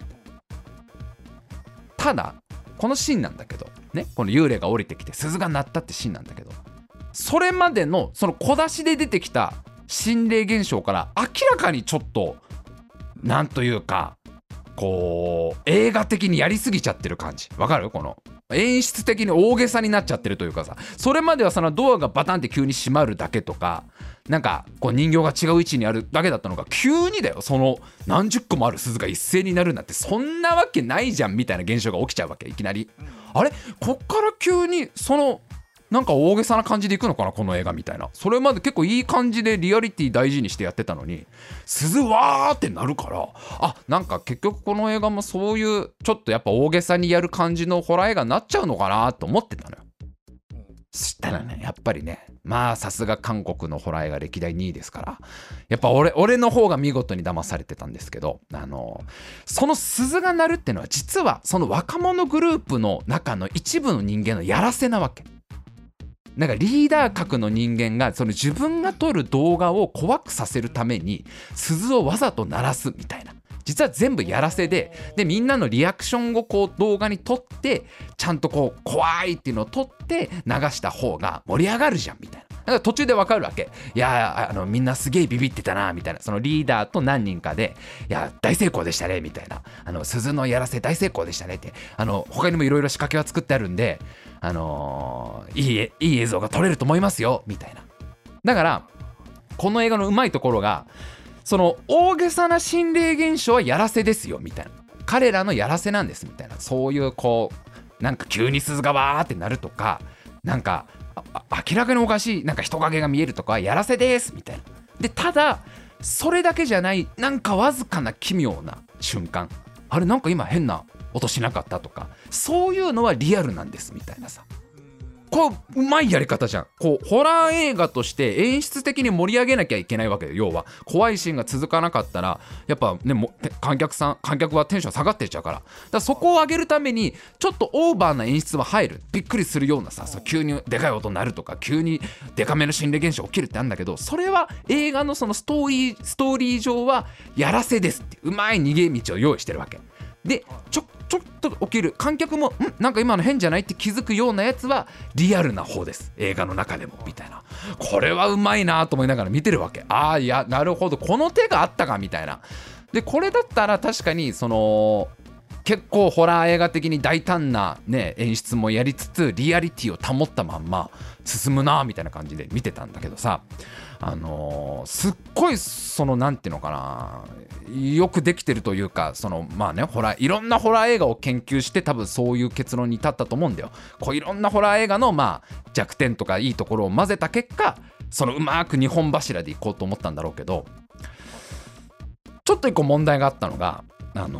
S1: ただこのシーンなんだけどね、この幽霊が降りてきて鈴が鳴ったってシーンなんだけど、それまでのその小出しで出てきた心霊現象から明らかにちょっとなんというかこう映画的にやりすぎちゃってる感じ。わかる？この演出的に大げさになっちゃってるというかさ、それまではそのドアがバタンって急に閉まるだけとか、なんかこう人形が違う位置にあるだけだったのが、急にだよ、その何十個もある鈴が一斉になるなんてそんなわけないじゃんみたいな現象が起きちゃうわけ。いきなりあれこっから急にそのなんか大げさな感じでいくのかなこの映画みたいな。それまで結構いい感じでリアリティ大事にしてやってたのに鈴わーってなるから、あ、なんか結局この映画もそういうちょっとやっぱ大げさにやる感じのホラー映画になっちゃうのかなと思ってたのよ。そしたらね、やっぱりね、まあさすが韓国のホラー映画歴代2位ですから、やっぱ俺の方が見事に騙されてたんですけど、その鈴が鳴るっていうのは実はその若者グループの中の一部の人間のやらせなわけ。なんかリーダー格の人間がその自分が撮る動画を怖くさせるために鈴をわざと鳴らすみたいな、実は全部やらせで、みんなのリアクションをこう動画に撮ってちゃんとこう怖いっていうのを撮って流した方が盛り上がるじゃんみたいな。だから途中でわかるわけ。いやみんなすげえビビってたなみたいな。そのリーダーと何人かで、いや大成功でしたねみたいな、鈴のやらせ大成功でしたねって、他にもいろいろ仕掛けは作ってあるんで、いい映像が撮れると思いますよみたいな。だからこの映画のうまいところが、その大げさな心霊現象はやらせですよみたいな、彼らのやらせなんですみたいな、そういうこうなんか急に鈴がわーってなるとか、なんか明らかにおかしいなんか人影が見えるとかはやらせですみたいな。でただそれだけじゃない、なんかわずかな奇妙な瞬間、あれなんか今変な音しなかったとか、そういうのはリアルなんですみたいなさ。こううまいやり方じゃん。こうホラー映画として演出的に盛り上げなきゃいけないわけで、要は怖いシーンが続かなかったらやっぱね、観客はテンション下がってっちゃうから、だからそこを上げるためにちょっとオーバーな演出は入る。びっくりするようなさ、急にでかい音鳴るとか急にでかめの心霊現象起きるってあるんだけど、それは映画のそのストーリー上はやらせですってうまい逃げ道を用意してるわけで、ちょっと起きる観客もなんか今の変じゃないって気づくようなやつはリアルな方です、映画の中でもみたいな。これはうまいなと思いながら見てるわけ。ああ、いやなるほど、この手があったかみたいな。でこれだったら確かにその結構ホラー映画的に大胆な、ね、演出もやりつつリアリティを保ったまんま進むなみたいな感じで見てたんだけどさ、すっごいそのなんていうのかな、よくできてるというか、そのまあね、いろんなホラー映画を研究して多分そういう結論に至ったと思うんだよ。こういろんなホラー映画のまあ弱点とかいいところを混ぜた結果、そのうまく2本柱でいこうと思ったんだろうけど、ちょっと一個問題があったのが、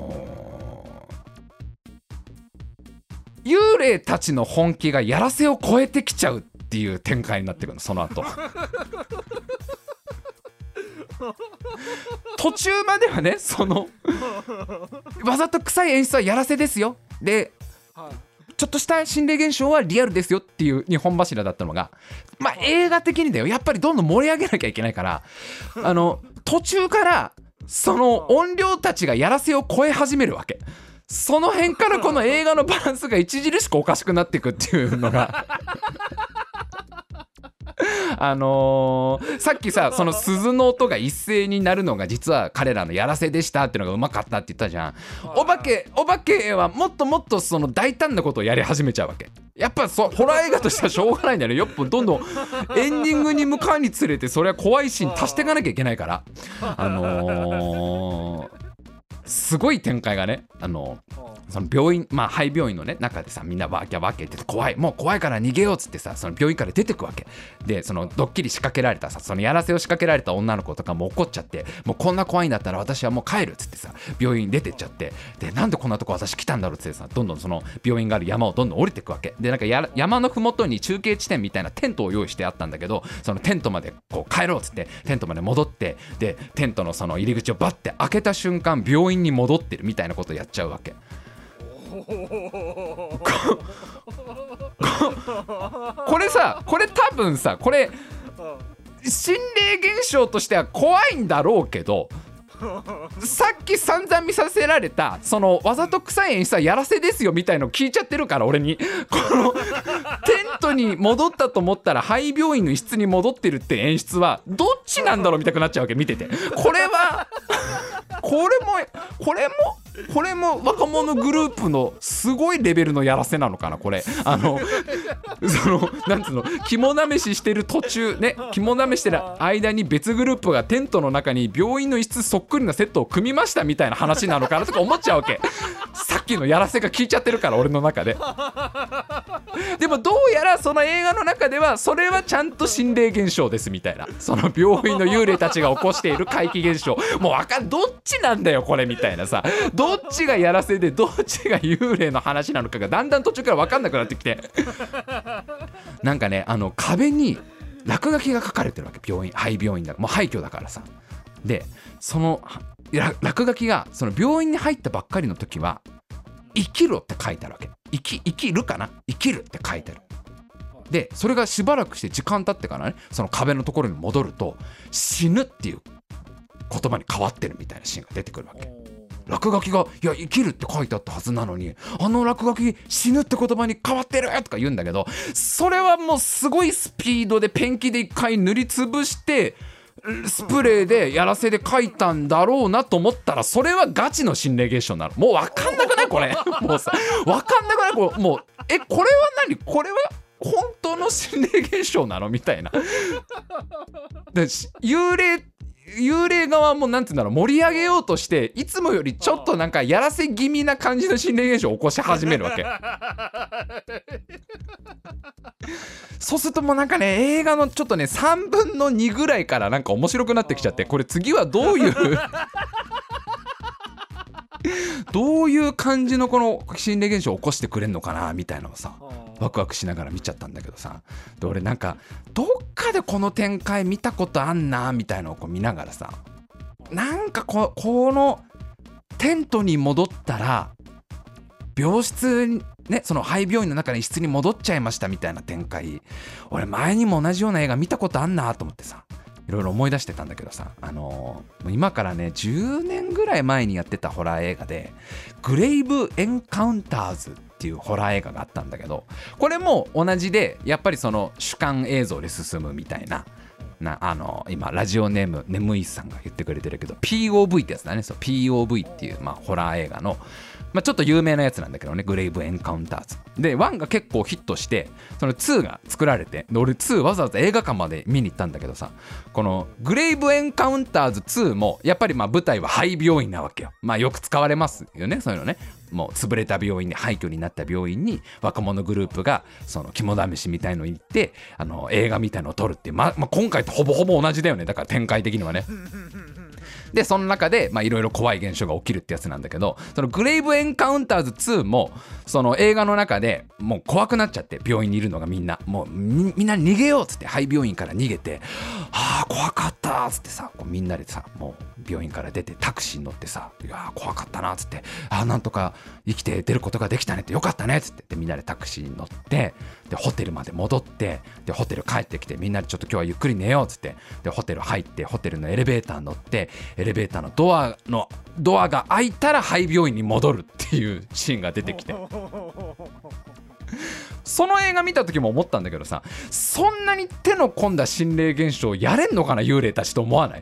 S1: 幽霊たちの本気がやらせを超えてきちゃうっていう展開になってくるの、その後途中まではね、そのわざと臭い演出はやらせですよ、でちょっとした心霊現象はリアルですよっていう2本柱だったのが、まあ映画的にだよ、やっぱりどんどん盛り上げなきゃいけないから、途中からその音量たちがやらせを超え始めるわけ。その辺からこの映画のバランスが著しくおかしくなっていくっていうのがさっきさ、その鈴の音が一斉になるのが実は彼らのやらせでしたっていうのがうまかったって言ったじゃん。お化けはもっともっとその大胆なことをやり始めちゃうわけ。やっぱホラー映画としてはしょうがないんだよね。やっぱどんどんエンディングに向かうにつれてそれは怖いシーン足していかなきゃいけないから、すごい展開がね、その病院、まあ廃病院のね中でさ、みんなわけって怖いから逃げようっつってさ、その病院から出てくわけで、そのドッキリ仕掛けられたさ、そのやらせを仕掛けられた女の子とかも怒っちゃって、もうこんな怖いんだったら私はもう帰るっつってさ、病院出てっちゃって、でなんでこんなとこ私来たんだろうっつってさ、どんどんその病院がある山をどんどん降りてくわけで、なんか山のふもとに中継地点みたいなテントを用意してあったんだけど、そのテントまでこう帰ろうっつってテントまで戻って、でテントのその入り口をバッて開けた瞬間病院に戻ってるみたいなことをやっちゃうわけ。 これさ、これ多分さ、これ心霊現象としては怖いんだろうけど、さっき散々見させられたそのわざと臭い演出はやらせですよみたいの聞いちゃってるから、俺にこのテントに戻ったと思ったら廃病院の一室に戻ってるって演出はどっちなんだろうみたくなっちゃうわけ、見てて。これはこれも若者グループのすごいレベルのやらせなのかな、これ。そのなんつうの、肝試ししてる途中ね、肝試してる間に別グループがテントの中に病院の一室そっくりなセットを組みましたみたいな話なのかなとか思っちゃうわけ。さっきのやらせが聞いちゃってるから、俺の中で。でもどうやらその映画の中ではそれはちゃんと心霊現象ですみたいな、その病院の幽霊たちが起こしている怪奇現象、もうどっちなんだよこれみたいなさ、どっちがやらせでどっちが幽霊の話なのかがだんだん途中から分かんなくなってきてなんかね、壁に落書きが書かれてるわけ、病院、廃病院だから、もう廃墟だからさ。でその落書きが、その病院に入ったばっかりの時は生きろって書いてあるわけ。生きるかな、生きるって書いてある。でそれがしばらくして時間経ってからね、その壁のところに戻ると死ぬっていう言葉に変わってるみたいなシーンが出てくるわけ。落書きがいや生きるって書いてあったはずなのに、あの落書き死ぬって言葉に変わってるとか言うんだけど、それはもうすごいスピードでペンキで一回塗りつぶしてスプレーでやらせで書いたんだろうなと思ったら、それはガチの心霊現象になる。もう分かんなくないこれもうさ分かんなくないこれ、もうこれは何、これは本当の心霊現象なのみたいな。で幽霊側もなんていうんだろう、盛り上げようとしていつもよりちょっとなんかやらせ気味な感じの心霊現象を起こし始めるわけ。そうするともうなんかね、映画のちょっとね3分の2ぐらいからなんか面白くなってきちゃって、これ次はどういうどういう感じのこの心霊現象を起こしてくれんのかなみたいなのをさ、ワクワクしながら見ちゃったんだけどさ。で俺なんかどっかでこの展開見たことあんなみたいなのをこう見ながらさ、なんかこのテントに戻ったら病室にね、その廃病院の中に室に戻っちゃいましたみたいな展開、俺前にも同じような映画見たことあんなと思ってさ、いろいろ思い出してたんだけどさ、今からね10年ぐらい前にやってたホラー映画でグレイブエンカウンターズっていうホラー映画があったんだけど、これも同じでやっぱりその主観映像で進むみたいな、今ラジオネームネムイスさんが言ってくれてるけど POV ってやつだね。そう POV っていう、ホラー映画のちょっと有名なやつなんだけどね、グレイブエンカウンターズで1が結構ヒットして、その2が作られて、で俺2わざわざ映画館まで見に行ったんだけどさ、このグレイブエンカウンターズ2もやっぱり舞台は廃病院なわけよ。よく使われますよね、そういうのね。もう潰れた病院で廃墟になった病院に若者グループがその肝試しみたいのに行って映画みたいのを撮るっていう、今回とほぼほぼ同じだよね、だから展開的にはね。でその中でいろいろ怖い現象が起きるってやつなんだけど、そのグレイブエンカウンターズ2もその映画の中でもう怖くなっちゃって、病院にいるのがみんなもうみんな逃げようっつって廃病院から逃げて、怖かったっつってさ、こうみんなでさもう病院から出てタクシーに乗ってさ、いや怖かったなっつって、なんとか生きて出ることができたねって、よかったねっつって、でみんなでタクシーに乗って、でホテルまで戻って、でホテル帰ってきてみんなでちょっと今日はゆっくり寝ようっつって、でホテル入ってホテルのエレベーター乗って、エレベーターのドアが開いたら廃病院に戻るっていうシーンが出てきて、その映画見た時も思ったんだけどさ、そんなに手の込んだ心霊現象やれんのかな幽霊たちと思わない？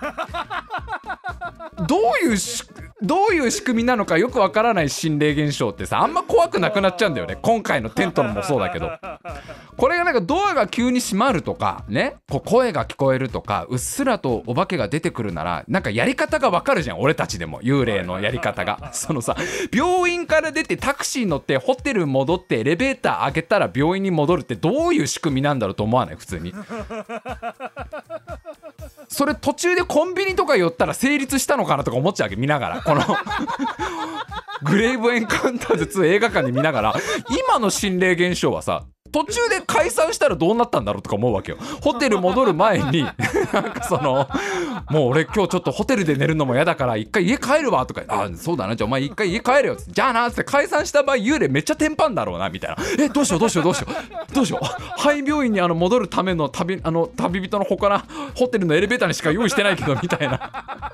S1: どういう仕組みなのかよくわからない心霊現象ってさ、あんま怖くなくなっちゃうんだよね。今回のテントのもそうだけど、これがなんかドアが急に閉まるとかね、こう声が聞こえるとか、うっすらとお化けが出てくるならなんかやり方がわかるじゃん、俺たちでも幽霊のやり方が。そのさ、病院から出てタクシー乗ってホテル戻ってエレベーター開けたら病院に戻るってどういう仕組みなんだろうと思わない？普通にそれ途中でコンビニとか寄ったら成立したのかなとか思っちゃうわけ、見ながら。このグレイブエンカウンターズ2映画館で見ながら、今の心霊現象はさ途中で解散したらどうなったんだろうとか思うわけよ。ホテル戻る前になんかそのもう俺今日ちょっとホテルで寝るのも嫌だから一回家帰るわとか、あそうだな、じゃあお前一回家帰れよっつって、じゃあなっつって解散した場合幽霊めっちゃテンパんだろうなみたいな、どうしよう廃病院に戻るための旅人のほからホテルのエレベーターにしか用意してないけどみたいな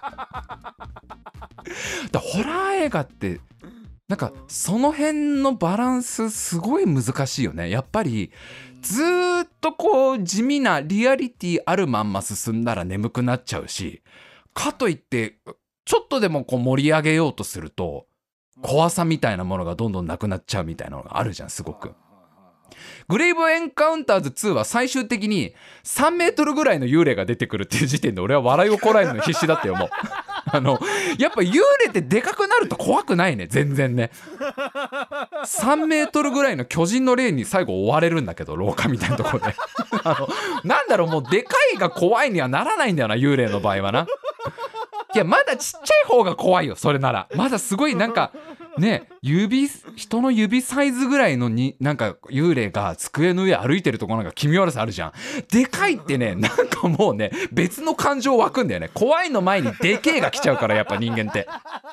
S1: だホラー映画ってなんかその辺のバランスすごい難しいよね。やっぱりずっとこう地味なリアリティあるまんま進んだら眠くなっちゃうし、かといってちょっとでもこう盛り上げようとすると怖さみたいなものがどんどんなくなっちゃうみたいなのがあるじゃん、すごく。グレイブエンカウンターズ2は最終的に3メートルぐらいの幽霊が出てくるっていう時点で俺は笑いをこらえるの必死だったよ。もうやっぱ幽霊ってでかくなると怖くないね、全然ね。3メートルぐらいの巨人の霊に最後追われるんだけど、廊下みたいなところでなんだろう、もうでかいが怖いにはならないんだよな、幽霊の場合はな。いやまだちっちゃい方が怖いよ、それなら。まだすごいなんかね、人の指サイズぐらいのになんか幽霊が机の上歩いてるところなんか気味悪さあるじゃん。でかいってね、なんかもうね別の感情湧くんだよね。怖いの前にでけえが来ちゃうから、やっぱ人間って。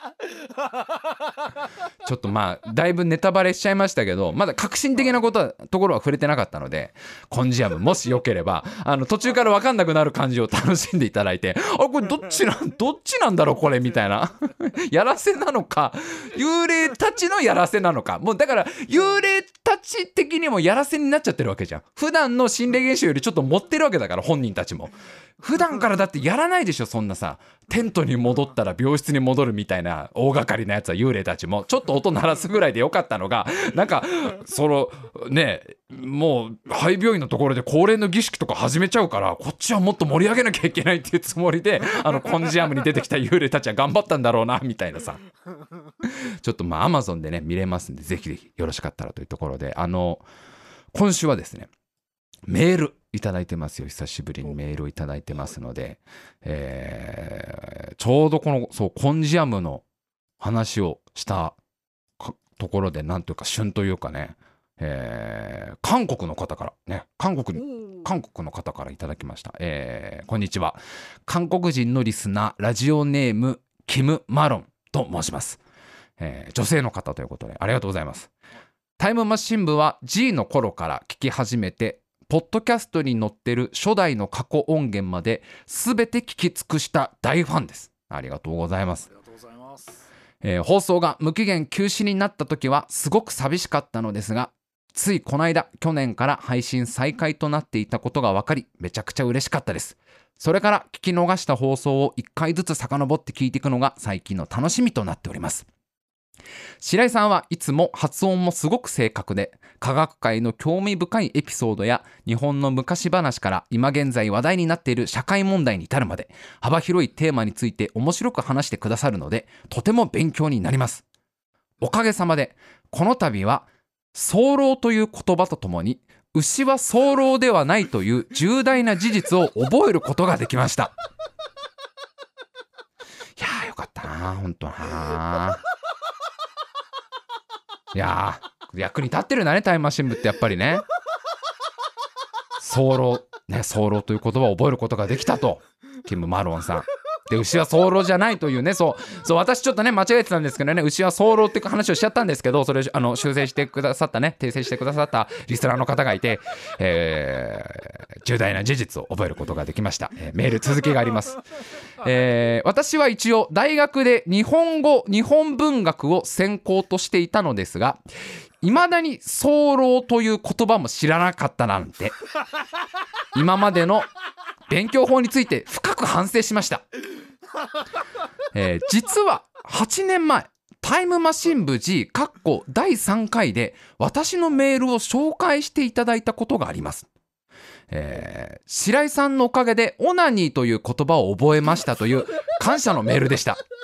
S1: ちょっとまあだいぶネタバレしちゃいましたけど、まだ革新的なところは触れてなかったので、コンジアムもしよければ途中から分かんなくなる感じを楽しんでいただいて、これどっちなんだろうこれみたいなやらせなのか幽霊たちのやらせなのか、もうだから幽霊たち的にもやらせになっちゃってるわけじゃん。普段の心霊現象よりちょっと持ってるわけだから、本人たちも普段からだってやらないでしょ、そんなさテントに戻ったら病室に戻るみたいな大掛かりなやつは。幽霊たちもちょっと音鳴らすぐらいでよかったのが、なんかそのねもう廃病院のところで恒例の儀式とか始めちゃうから、こっちはもっと盛り上げなきゃいけないっていうつもりでコンジアムに出てきた幽霊たちは頑張ったんだろうなみたいなさちょっとまあ Amazon でね見れますんで、ぜひぜひよろしかったらというところで、今週はですねメールいただいてますよ。久しぶりにメールをいただいてますので、ちょうどこのコンジアムの話をしたところで、なんというか旬というかね、韓国の方からね、韓国の方からいただきました。こんにちは。韓国人のリスナー、ラジオネームキム・マロンと申します。女性の方ということでありがとうございます。タイムマシン部は G の頃から聞き始めて、ポッドキャストに載ってる初代の過去音源まで全て聞き尽くした大ファンです。ありがとうございます。放送が無期限休止になった時はすごく寂しかったのですが、ついこの間去年から配信再開となっていたことが分かり、めちゃくちゃ嬉しかったです。それから聞き逃した放送を1回ずつ遡って聞いていくのが最近の楽しみとなっております。白井さんはいつも発音もすごく正確で、科学界の興味深いエピソードや日本の昔話から今現在話題になっている社会問題に至るまで幅広いテーマについて面白く話してくださるので、とても勉強になります。おかげさまでこの度は早漏という言葉とともに牛は早漏ではないという重大な事実を覚えることができました。いやーよかったな、ほんとな。いやー役に立ってるんだね、タイムマシン部ってやっぱりね。早漏ね、早漏という言葉を覚えることができたと、キム・マロンさんで、牛は早漏じゃないというね、そう私ちょっとね間違えてたんですけどね、牛は早漏っていう話をしちゃったんですけど、それを修正してくださったね、訂正してくださったリスナーの方がいて、重大な事実を覚えることができました。メール続きがあります。私は一応大学で日本文学を専攻としていたのですが、未だに早漏という言葉も知らなかったなんて、今までの勉強法について深く反省しました。実は8年前タイムマシン部 G 第3回で私のメールを紹介していただいたことがあります。白井さんのおかげでオナニーという言葉を覚えましたという感謝のメールでした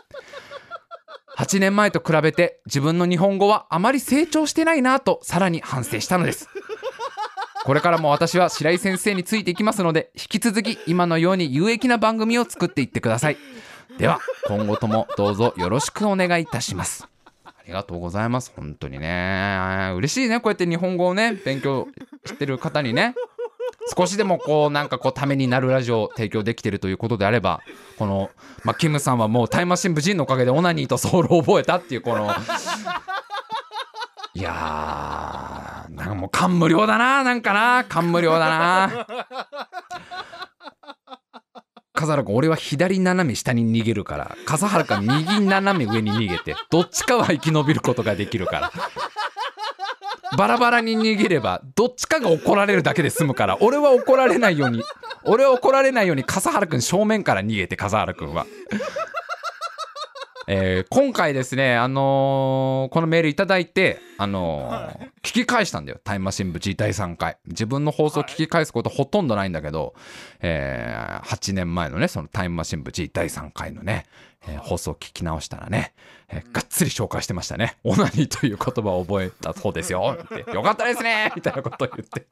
S1: 。8年前と比べて自分の日本語はあまり成長してないなとさらに反省したのです。これからも私は白井先生についていきますので、引き続き今のように有益な番組を作っていってください。では今後ともどうぞよろしくお願いいたします。ありがとうございます。本当にね。嬉しいね。こうやって日本語をね、勉強してる方にね、少しでもこうなんかこうためになるラジオを提供できてるということであれば、この、キムさんはもうタイムマシン部人のおかげでオナニーとソウルを覚えたっていうこのいやー、なんかもう感無量だな、なんかな、感無量だな。笠原君、俺は左斜め下に逃げるから、笠原君は右斜め上に逃げて、どっちかは生き延びることができるから、バラバラに逃げればどっちかが怒られるだけで済むから、俺は怒られないように笠原君正面から逃げて、笠原君は今回ですね、このメールいただいて、聞き返したんだよ。タイムマシン部 G 第3回。自分の放送聞き返すことほとんどないんだけど、8年前のね、そのタイムマシン部 G 第3回のね、放送を聞き直したらね、がっつり紹介してましたね。オナニーという言葉を覚えたそうですよって。よかったですねみたいなことを言ってて。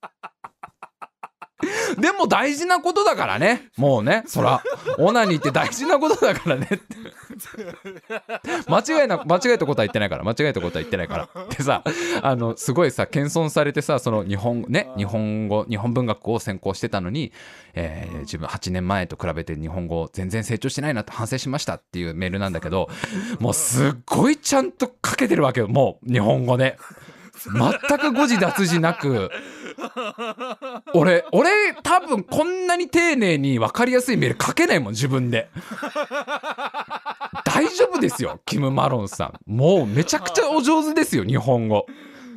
S1: でも大事なことだからね。もうね、そらオナニーって大事なことだからねって間違えたことは言ってないからでさ、すごいさ謙遜されてさ、その日本文学を専攻してたのに、自分8年前と比べて日本語全然成長してないなと反省しましたっていうメールなんだけど、もうすっごいちゃんと書けてるわけよ。もう日本語で全く誤字脱字なく、俺多分こんなに丁寧に分かりやすいメール書けないもん、自分で。大丈夫ですよ、キム・マロンさん。もうめちゃくちゃお上手ですよ、日本語。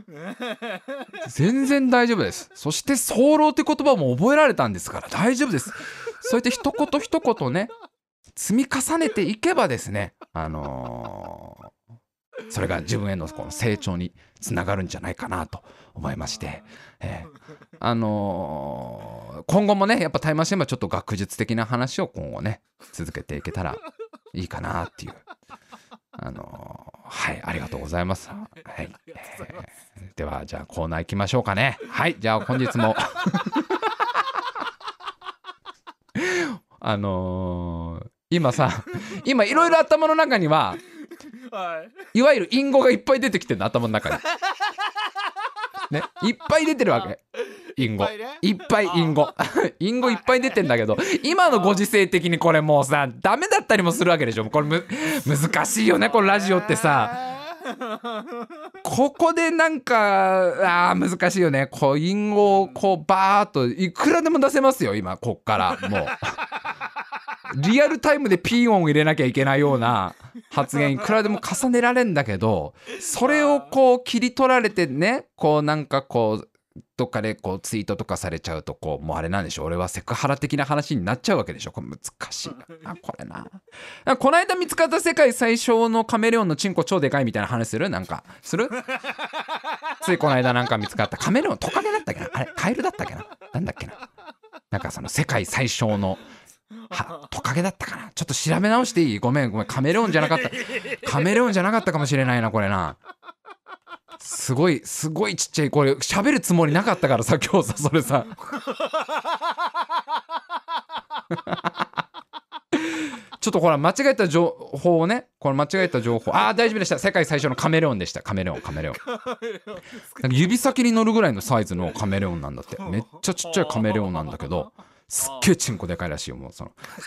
S1: 全然大丈夫です。そして早漏って言葉も覚えられたんですから大丈夫です。そうやって一言一言ね、積み重ねていけばですね、それが自分へのこの成長につながるんじゃないかなと思いまして、今後もね、やっぱタイムマシンはちょっと学術的な話を今後ね続けていけたらいいかなっていう、はい、ありがとうございます。はい、ではじゃあコーナー行きましょうかね。はい、じゃあ本日も今いろいろ頭の中には、いわゆる隠語がいっぱい出てきてるの、頭の中にね、いっぱい出てるわけ。隠語いっぱい隠語いっぱい出てんだけど、今のご時世的にこれもうさダメだったりもするわけでしょ。これ難しいよね、このラジオってさ。ここでなんか難しいよね。こう隠語をこうバーっといくらでも出せますよ今こっからもうリアルタイムでピー音を入れなきゃいけないような発言いくらでも重ねられんだけど、それをこう切り取られてね、こうなんかこうどっかでこうツイートとかされちゃうと、こうもうあれなんでしょう、俺はセクハラ的な話になっちゃうわけでしょ。これ難しいなこれな。この間見つかった世界最小のカメレオンのチンコ超でかいみたいな話する？なんかする？ついこの間なんか見つかったカメレオン、トカゲだったっけな、あれカエルだったっけな、なんだっけな、なんかその世界最小のトカゲだったかな、ちょっと調べ直していい？ごめんカメレオンじゃなかったかもしれないなこれな。すごいちっちゃい、これ喋るつもりなかったからさ今日さ、それさちょっとほら間違えた情報をね、これ間違えた情報、大丈夫でした。世界最初のカメレオンでした。カメレオンなんか指先に乗るぐらいのサイズのカメレオンなんだって。めっちゃちっちゃいカメレオンなんだけど、すっげえチンコでかいらしいよ。もうそ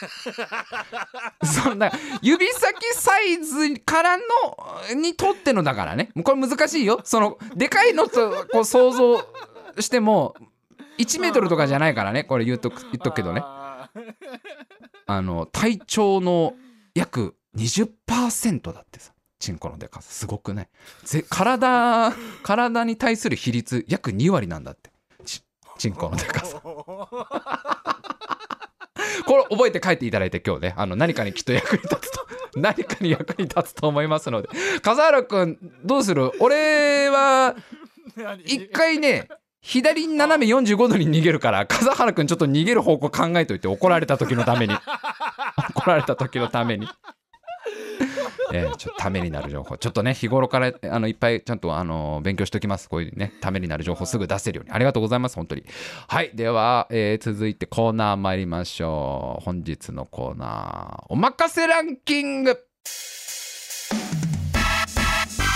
S1: んな指先サイズからのにとってのだからね、これ難しいよ。そのでかいのとこう想像しても1メートルとかじゃないからね、これ言っとくけどね、体長の約 20% だってさ、チンコのでかさすごくない？体に対する比率約2割なんだって、チンコのでかさこれ覚えて帰っていただいて、今日ね何かにきっと役に立つと思いますので。笠原くんどうする？俺は一回ね左に斜め45度に逃げるから、笠原くんちょっと逃げる方向考えといて、怒られた時のためにちょっとためになる情報、ちょっとね日頃からいっぱいちゃんと勉強しておきます。こういうねためになる情報すぐ出せるように。ありがとうございます本当に。はい、では、続いてコーナー参りましょう。本日のコーナー、おまかせランキング。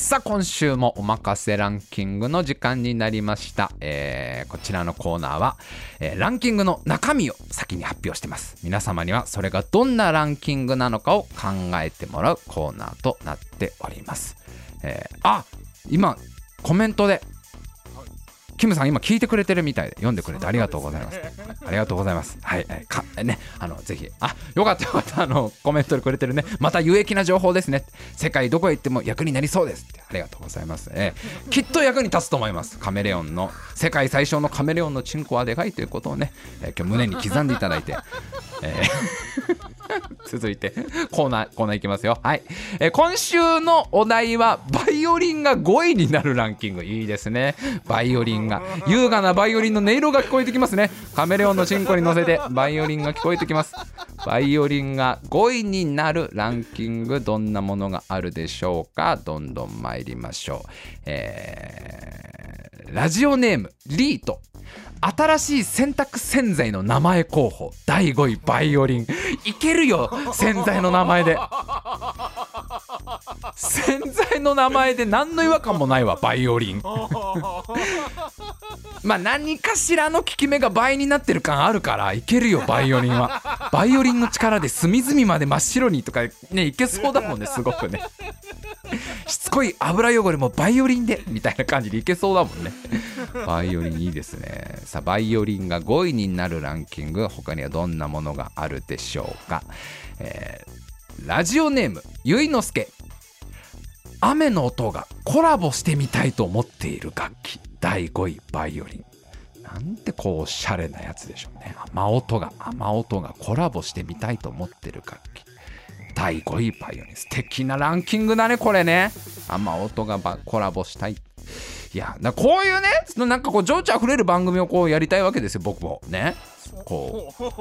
S1: さあ今週もおまかせランキングの時間になりました。こちらのコーナーは、ランキングの中身を先に発表してます。皆様にはそれがどんなランキングなのかを考えてもらうコーナーとなっております。今コメントでキムさん今聞いてくれてるみたいで、読んでくれてありがとうございます。ありがとうございます。はいね、ぜひよかったコメントでくれてるね。また有益な情報ですね。世界どこへ行っても役になりそうですって。ありがとうございます。きっと役に立つと思います。カメレオンの世界最小のカメレオンのチンコはでかいということをね、今日胸に刻んでいただいて、続いてコーナーいきますよ。はい、今週のお題はバイオリンが5位になるランキング。いいですね。バイオリンが優雅なバイオリンの音色が聞こえてきますね。カメレオンのチンコに乗せてバイオリンが聞こえてきます。バイオリンが5位になるランキング、どんなものがあるでしょうか。どんどん参りましょう。ラジオネームリート。新しい洗濯洗剤の名前候補第5位バイオリン。いけるよ、洗剤の名前で。洗剤の名前で何の違和感もないわ、バイオリン。まあ何かしらの効き目が倍になってる感あるからいけるよ、バイオリンは。バイオリンの力で隅々まで真っ白にとかね、いけそうだもんね。すごくね、しつこい油汚れもバイオリンでみたいな感じでいけそうだもんね。バイオリンいいですね。さあバイオリンが5位になるランキング、他にはどんなものがあるでしょうか。ラジオネームゆいのすけ。雨の音がコラボしてみたいと思っている楽器第5位バイオリン。なんてこうおしゃれなやつでしょうね。雨音がコラボしてみたいと思っている楽器第5位バイオリン。素敵なランキングだねこれね。雨音がコラボしたい。いやこういうね、なんかこう情緒あふれる番組をこうやりたいわけですよ、僕もね。こう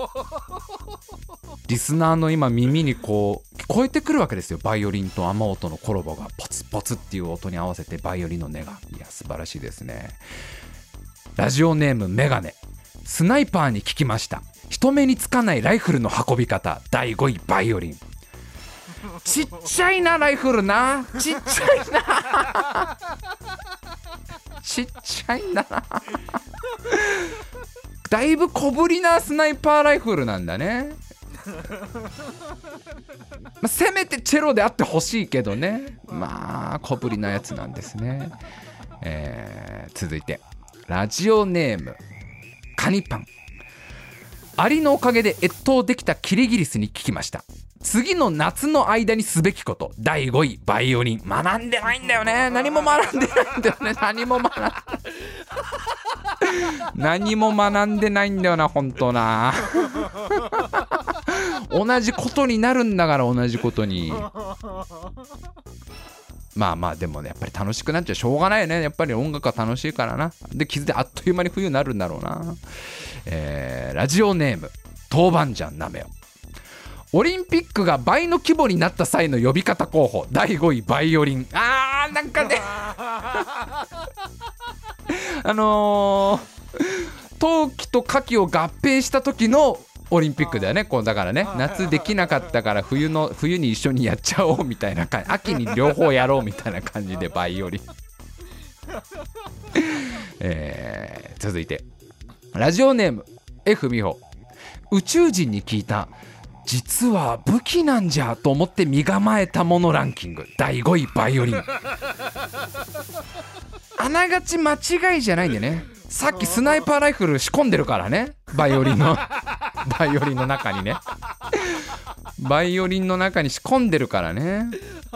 S1: リスナーの今耳にこう聞こえてくるわけですよ。バイオリンと雨音のコラボがポツポツっていう音に合わせてバイオリンの音が。いや素晴らしいですね。ラジオネームメガネ。スナイパーに聞きました。人目につかないライフルの運び方第5位バイオリン。ちっちゃいなライフルな。ちっちゃいな。ちっちゃいな。だいぶ小ぶりなスナイパーライフルなんだね。せめてチェロであってほしいけどね。まあ小ぶりなやつなんですね。続いてラジオネームカニパン。アリのおかげで越冬できたキリギリスに聞きました。次の夏の間にすべきこと第5位バイオリン。学んでないんだよね。何も学んでないんだよね。何も学んでないんだよな、本当な。同じことになるんだから、同じことに。まあでもね、やっぱり楽しくなっちゃう。しょうがないよね。やっぱり音楽は楽しいからな。で気づいてあっという間に冬になるんだろうな。ラジオネーム豆板醤なめよ。オリンピックが倍の規模になった際の呼び方候補第5位バイオリン。なんかね冬季と夏季を合併した時のオリンピックだよね。こうだからね、夏できなかったから冬に一緒にやっちゃおうみたいな感じ、秋に両方やろうみたいな感じでバイオリン。続いてラジオネーム F 美穂。宇宙人に聞いた実は武器なんじゃと思って身構えたものランキング第5位バイオリン。あながち間違いじゃないんでね。さっきスナイパーライフル仕込んでるからね、バイオリンの中にね。バイオリンの中に仕込んでるからね。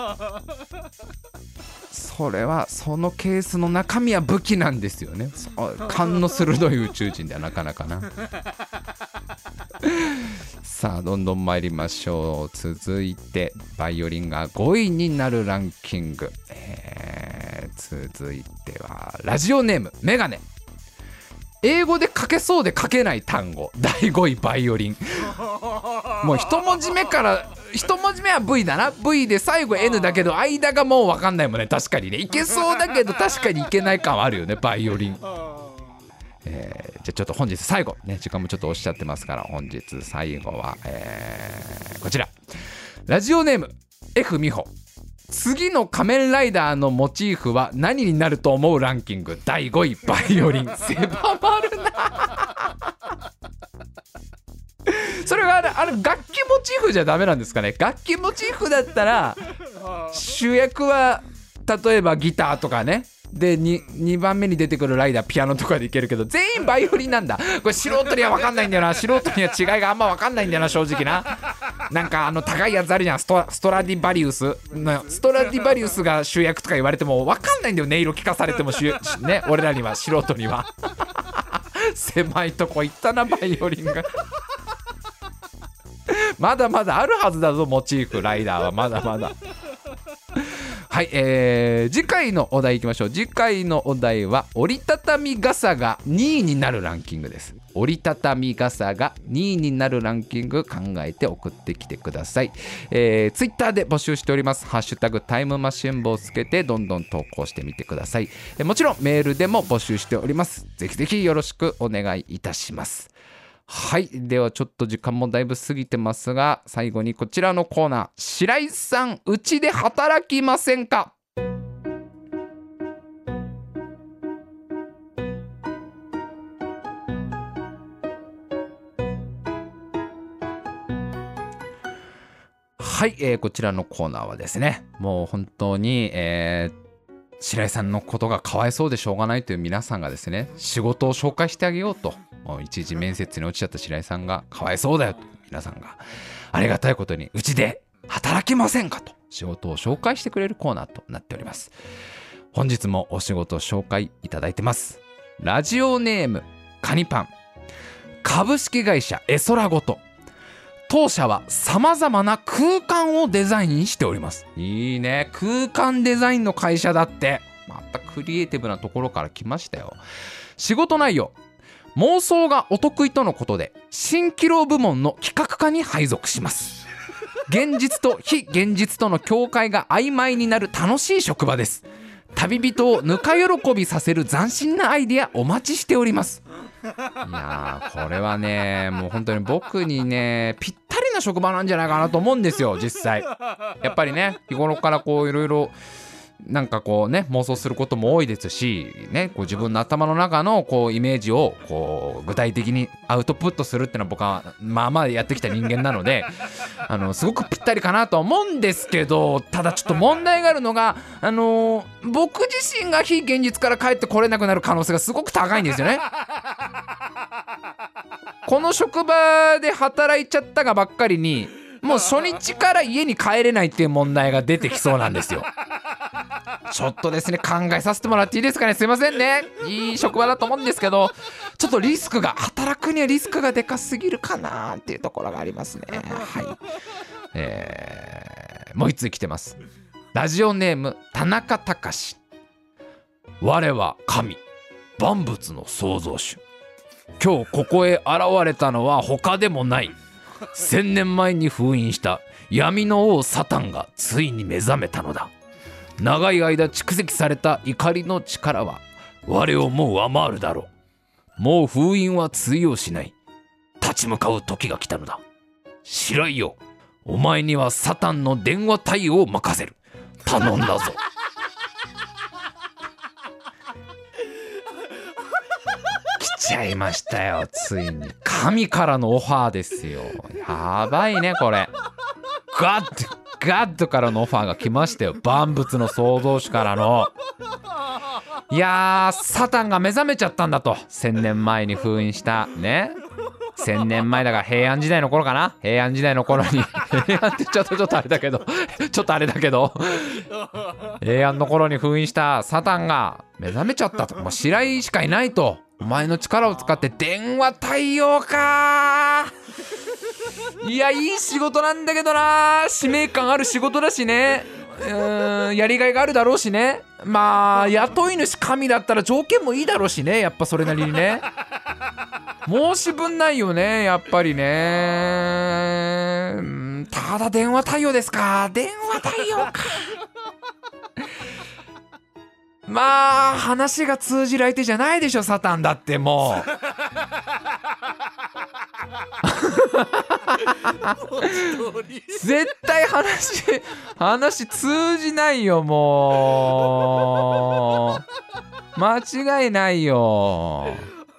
S1: それはそのケースの中身は武器なんですよね。勘の鋭い宇宙人ではなかなかな。さあどんどん参りましょう。続いてバイオリンが5位になるランキング、続いてはラジオネームメガネ。英語で書けそうで書けない単語第5位バイオリン。もう一文字目は V だな。 V で最後 N だけど間がもう分かんないもんね。確かにね、いけそうだけど確かにいけない感はあるよね、バイオリン。じゃあちょっと本日最後ね、時間もちょっとおっしゃってますから本日最後は、こちらラジオネーム F 美穂。 次の仮面ライダーのモチーフは何になると思うランキング第5位バイオリン。狭まるな。それは楽器モチーフじゃダメなんですかね。楽器モチーフだったら主役は例えばギターとかね、で 2番目に出てくるライダーピアノとかでいけるけど、全員バイオリンなんだ。これ素人には分かんないんだよな。素人には違いがあんま分かんないんだよな、正直な。なんか高いやつあるじゃん、ストラディバリウスが主役とか言われても分かんないんだよ。音色聞かされてもね、俺らには、素人には。狭いとこ行ったな、バイオリンが。まだまだあるはずだぞ、モチーフライダーはまだまだ。はい、次回のお題いきましょう。次回のお題は折りたたみ傘が2位になるランキングです。折りたたみ傘が2位になるランキング考えて送ってきてください。ツイッターで募集しております。ハッシュタグタイムマシン部をつけてどんどん投稿してみてください。もちろんメールでも募集しております。ぜひぜひよろしくお願いいたします。はい、ではちょっと時間もだいぶ過ぎてますが、最後にこちらのコーナー、白井さんうちで働きませんか。はい、こちらのコーナーはですね、もう本当に、白井さんのことがかわいそうでしょうがないという皆さんがですね、仕事を紹介してあげようと、もう一次面接に落ちちゃった白井さんがかわいそうだよと、皆さんがありがたいことにうちで働きませんかと仕事を紹介してくれるコーナーとなっております。本日もお仕事紹介いただいてます。ラジオネームカニパン、株式会社エソラごと。当社は様々な空間をデザインしております。いいね、空間デザインの会社だって。またクリエイティブなところから来ましたよ。仕事内容、妄想がお得意とのことで蜃気楼部門の企画課に配属します。現実と非現実との境界が曖昧になる楽しい職場です。旅人をぬか喜びさせる斬新なアイデアお待ちしております。いやー、これはね、もう本当に僕にねぴったりな職場なんじゃないかなと思うんですよ、実際。やっぱりね、日頃からこういろいろなんかこうね妄想することも多いですしね、こう自分の頭の中のこうイメージをこう具体的にアウトプットするっていうのは僕はまあまあやってきた人間なので、すごくぴったりかなとは思うんですけど、ただちょっと問題があるのが、僕自身が非現実から帰ってこれなくなる可能性がすごく高いんですよね。この職場で働いちゃったがばっかりに、もう初日から家に帰れないっていう問題が出てきそうなんですよ。ちょっとですね、考えさせてもらっていいですかね。すいませんね、いい職場だと思うんですけど、ちょっとリスクが、働くにはリスクがでかすぎるかなっていうところがありますね。はい、もう一つ来てます。ラジオネーム田中隆。我は神、万物の創造主。今日ここへ現れたのは他でもない、1000年前に封印した闇の王サタンがついに目覚めたのだ。長い間蓄積された怒りの力は我をもう上回るだろう。もう封印は通用しない。立ち向かう時が来たのだ。白井よ、お前にはサタンの電話対応を任せる。頼んだぞ。来ちゃいましたよ、ついに。神からのオファーですよ。やばいねこれ。ガッドからのオファーが来ましたよ。万物の創造主からの。いやー、サタンが目覚めちゃったんだと。1000年前に封印したね、1000年前だから平安時代の頃かな。平安時代の頃に平安ってちょっとあれだけど平安の頃に封印したサタンが目覚めちゃったと。もう白井しかいないと。お前の力を使って電話対応か。いや、いい仕事なんだけどな。使命感ある仕事だしね、やりがいがあるだろうしね。まあ雇い主神だったら条件もいいだろうしね、やっぱそれなりにね。申し分ないよね、やっぱりね。ただ電話対応ですか。電話対応か。まあ話が通じる相手じゃないでしょ、サタンだって。もう絶対話通じないよ、もう間違いないよ。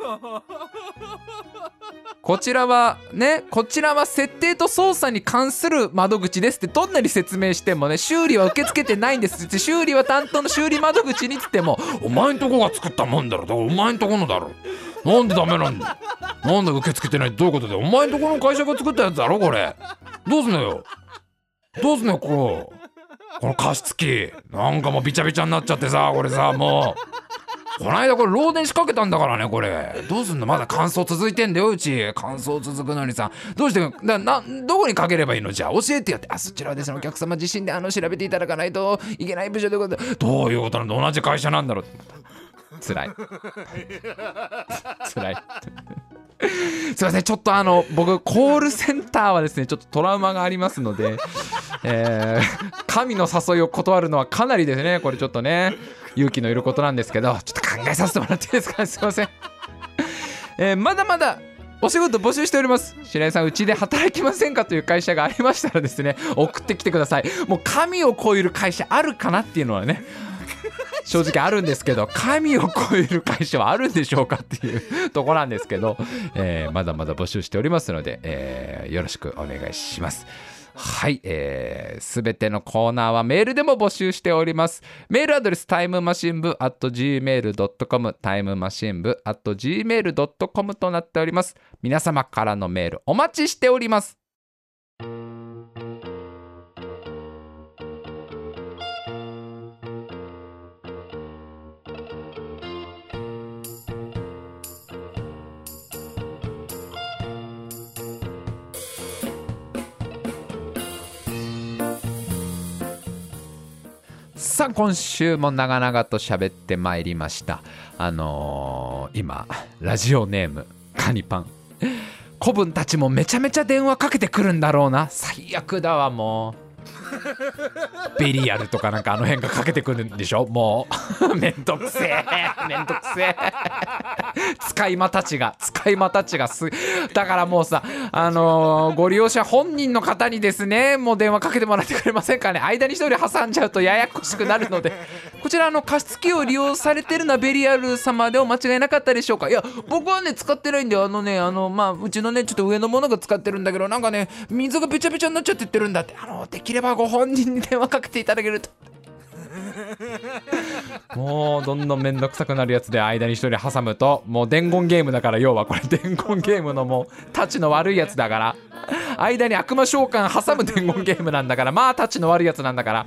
S1: こちらは設定と操作に関する窓口ですってどんなに説明してもね、修理は受け付けてないんですって、修理は担当の修理窓口にっつっても、お前んとこが作ったもんだろ、だからお前んとこのだろ、なんでダメなんだ、なんで受け付けてない、どういうことで、お前んとこの会社が作ったやつだろこれ、どうすんのよこの加湿器なんかもうビチャビチャになっちゃってさ、これさ、もうこの間これ漏電仕掛けたんだからね、これどうすんの、まだ乾燥続いてんだよ、うち乾燥続くのにさ、どうしてどこにかければいいの、じゃあ教えてよって、そちらはですね、お客様自身で調べていただかないといけない部署でございます。どういうことなんだ、同じ会社なんだろうってつらいすいません、ちょっと僕コールセンターはですねちょっとトラウマがありますので、神の誘いを断るのはかなりですね、これちょっとね勇気のいることなんですけど、ちょっと考えさせてもらっていいですか、すいません。まだまだお仕事募集しております。白井さん、うちで働きませんかという会社がありましたらですね、送ってきてください。もう神を超える会社あるかなっていうのはね正直あるんですけど、神を超える会社はあるんでしょうかっていうとこなんですけど、まだまだ募集しておりますので、よろしくお願いします。はい、すべてのコーナーはメールでも募集しております。メールアドレスタイムマシン部 @gmail.com タイムマシン部 @gmail.com となっております。皆様からのメールお待ちしております。さあ、今週も長々と喋ってまいりました。今ラジオネームカニパン、子分たちもめちゃめちゃ電話かけてくるんだろうな、最悪だわ、もうベリアルとかなんか辺がかけてくるんでしょ、もうめんどくせえ使い魔たちがだからもうさ、ご利用者本人の方にですね、もう電話かけてもらってくれませんかね。間に一人挟んじゃうとややこしくなるので、こちら加湿器を利用されてるのはベリアル様でお間違いなかったでしょうか。いや、僕はね使ってないんで、うちのねちょっと上のものが使ってるんだけど、なんかね水がべちゃべちゃになっちゃってってるんだって、できればご本人に電話かけていただけるともうどんどんめんどくさくなるやつで、間に一人挟むともう伝言ゲームだから、要はこれ伝言ゲームのもうタチの悪いやつだから、間に悪魔召喚挟む伝言ゲームなんだから、まあタチの悪いやつなんだから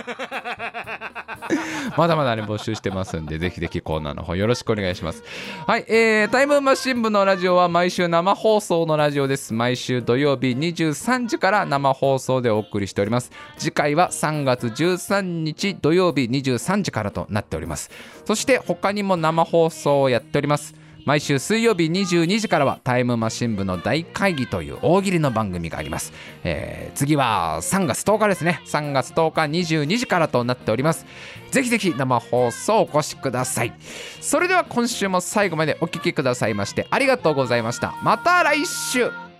S1: まだまだね募集してますんで、ぜひぜひコーナーの方よろしくお願いします。はい、タイムマシン部のラジオは毎週生放送のラジオです。毎週土曜日23時から生放送でお送りしております。次回は3月13日土曜日23時からとなっております。そして他にも生放送をやっております。毎週水曜日22時からはタイムマシン部の大会議という大喜利の番組があります。次は3月10日ですね。3月10日22時からとなっております。ぜひぜひ生放送お越しください。それでは今週も最後までお聞きくださいましてありがとうございました。また来週。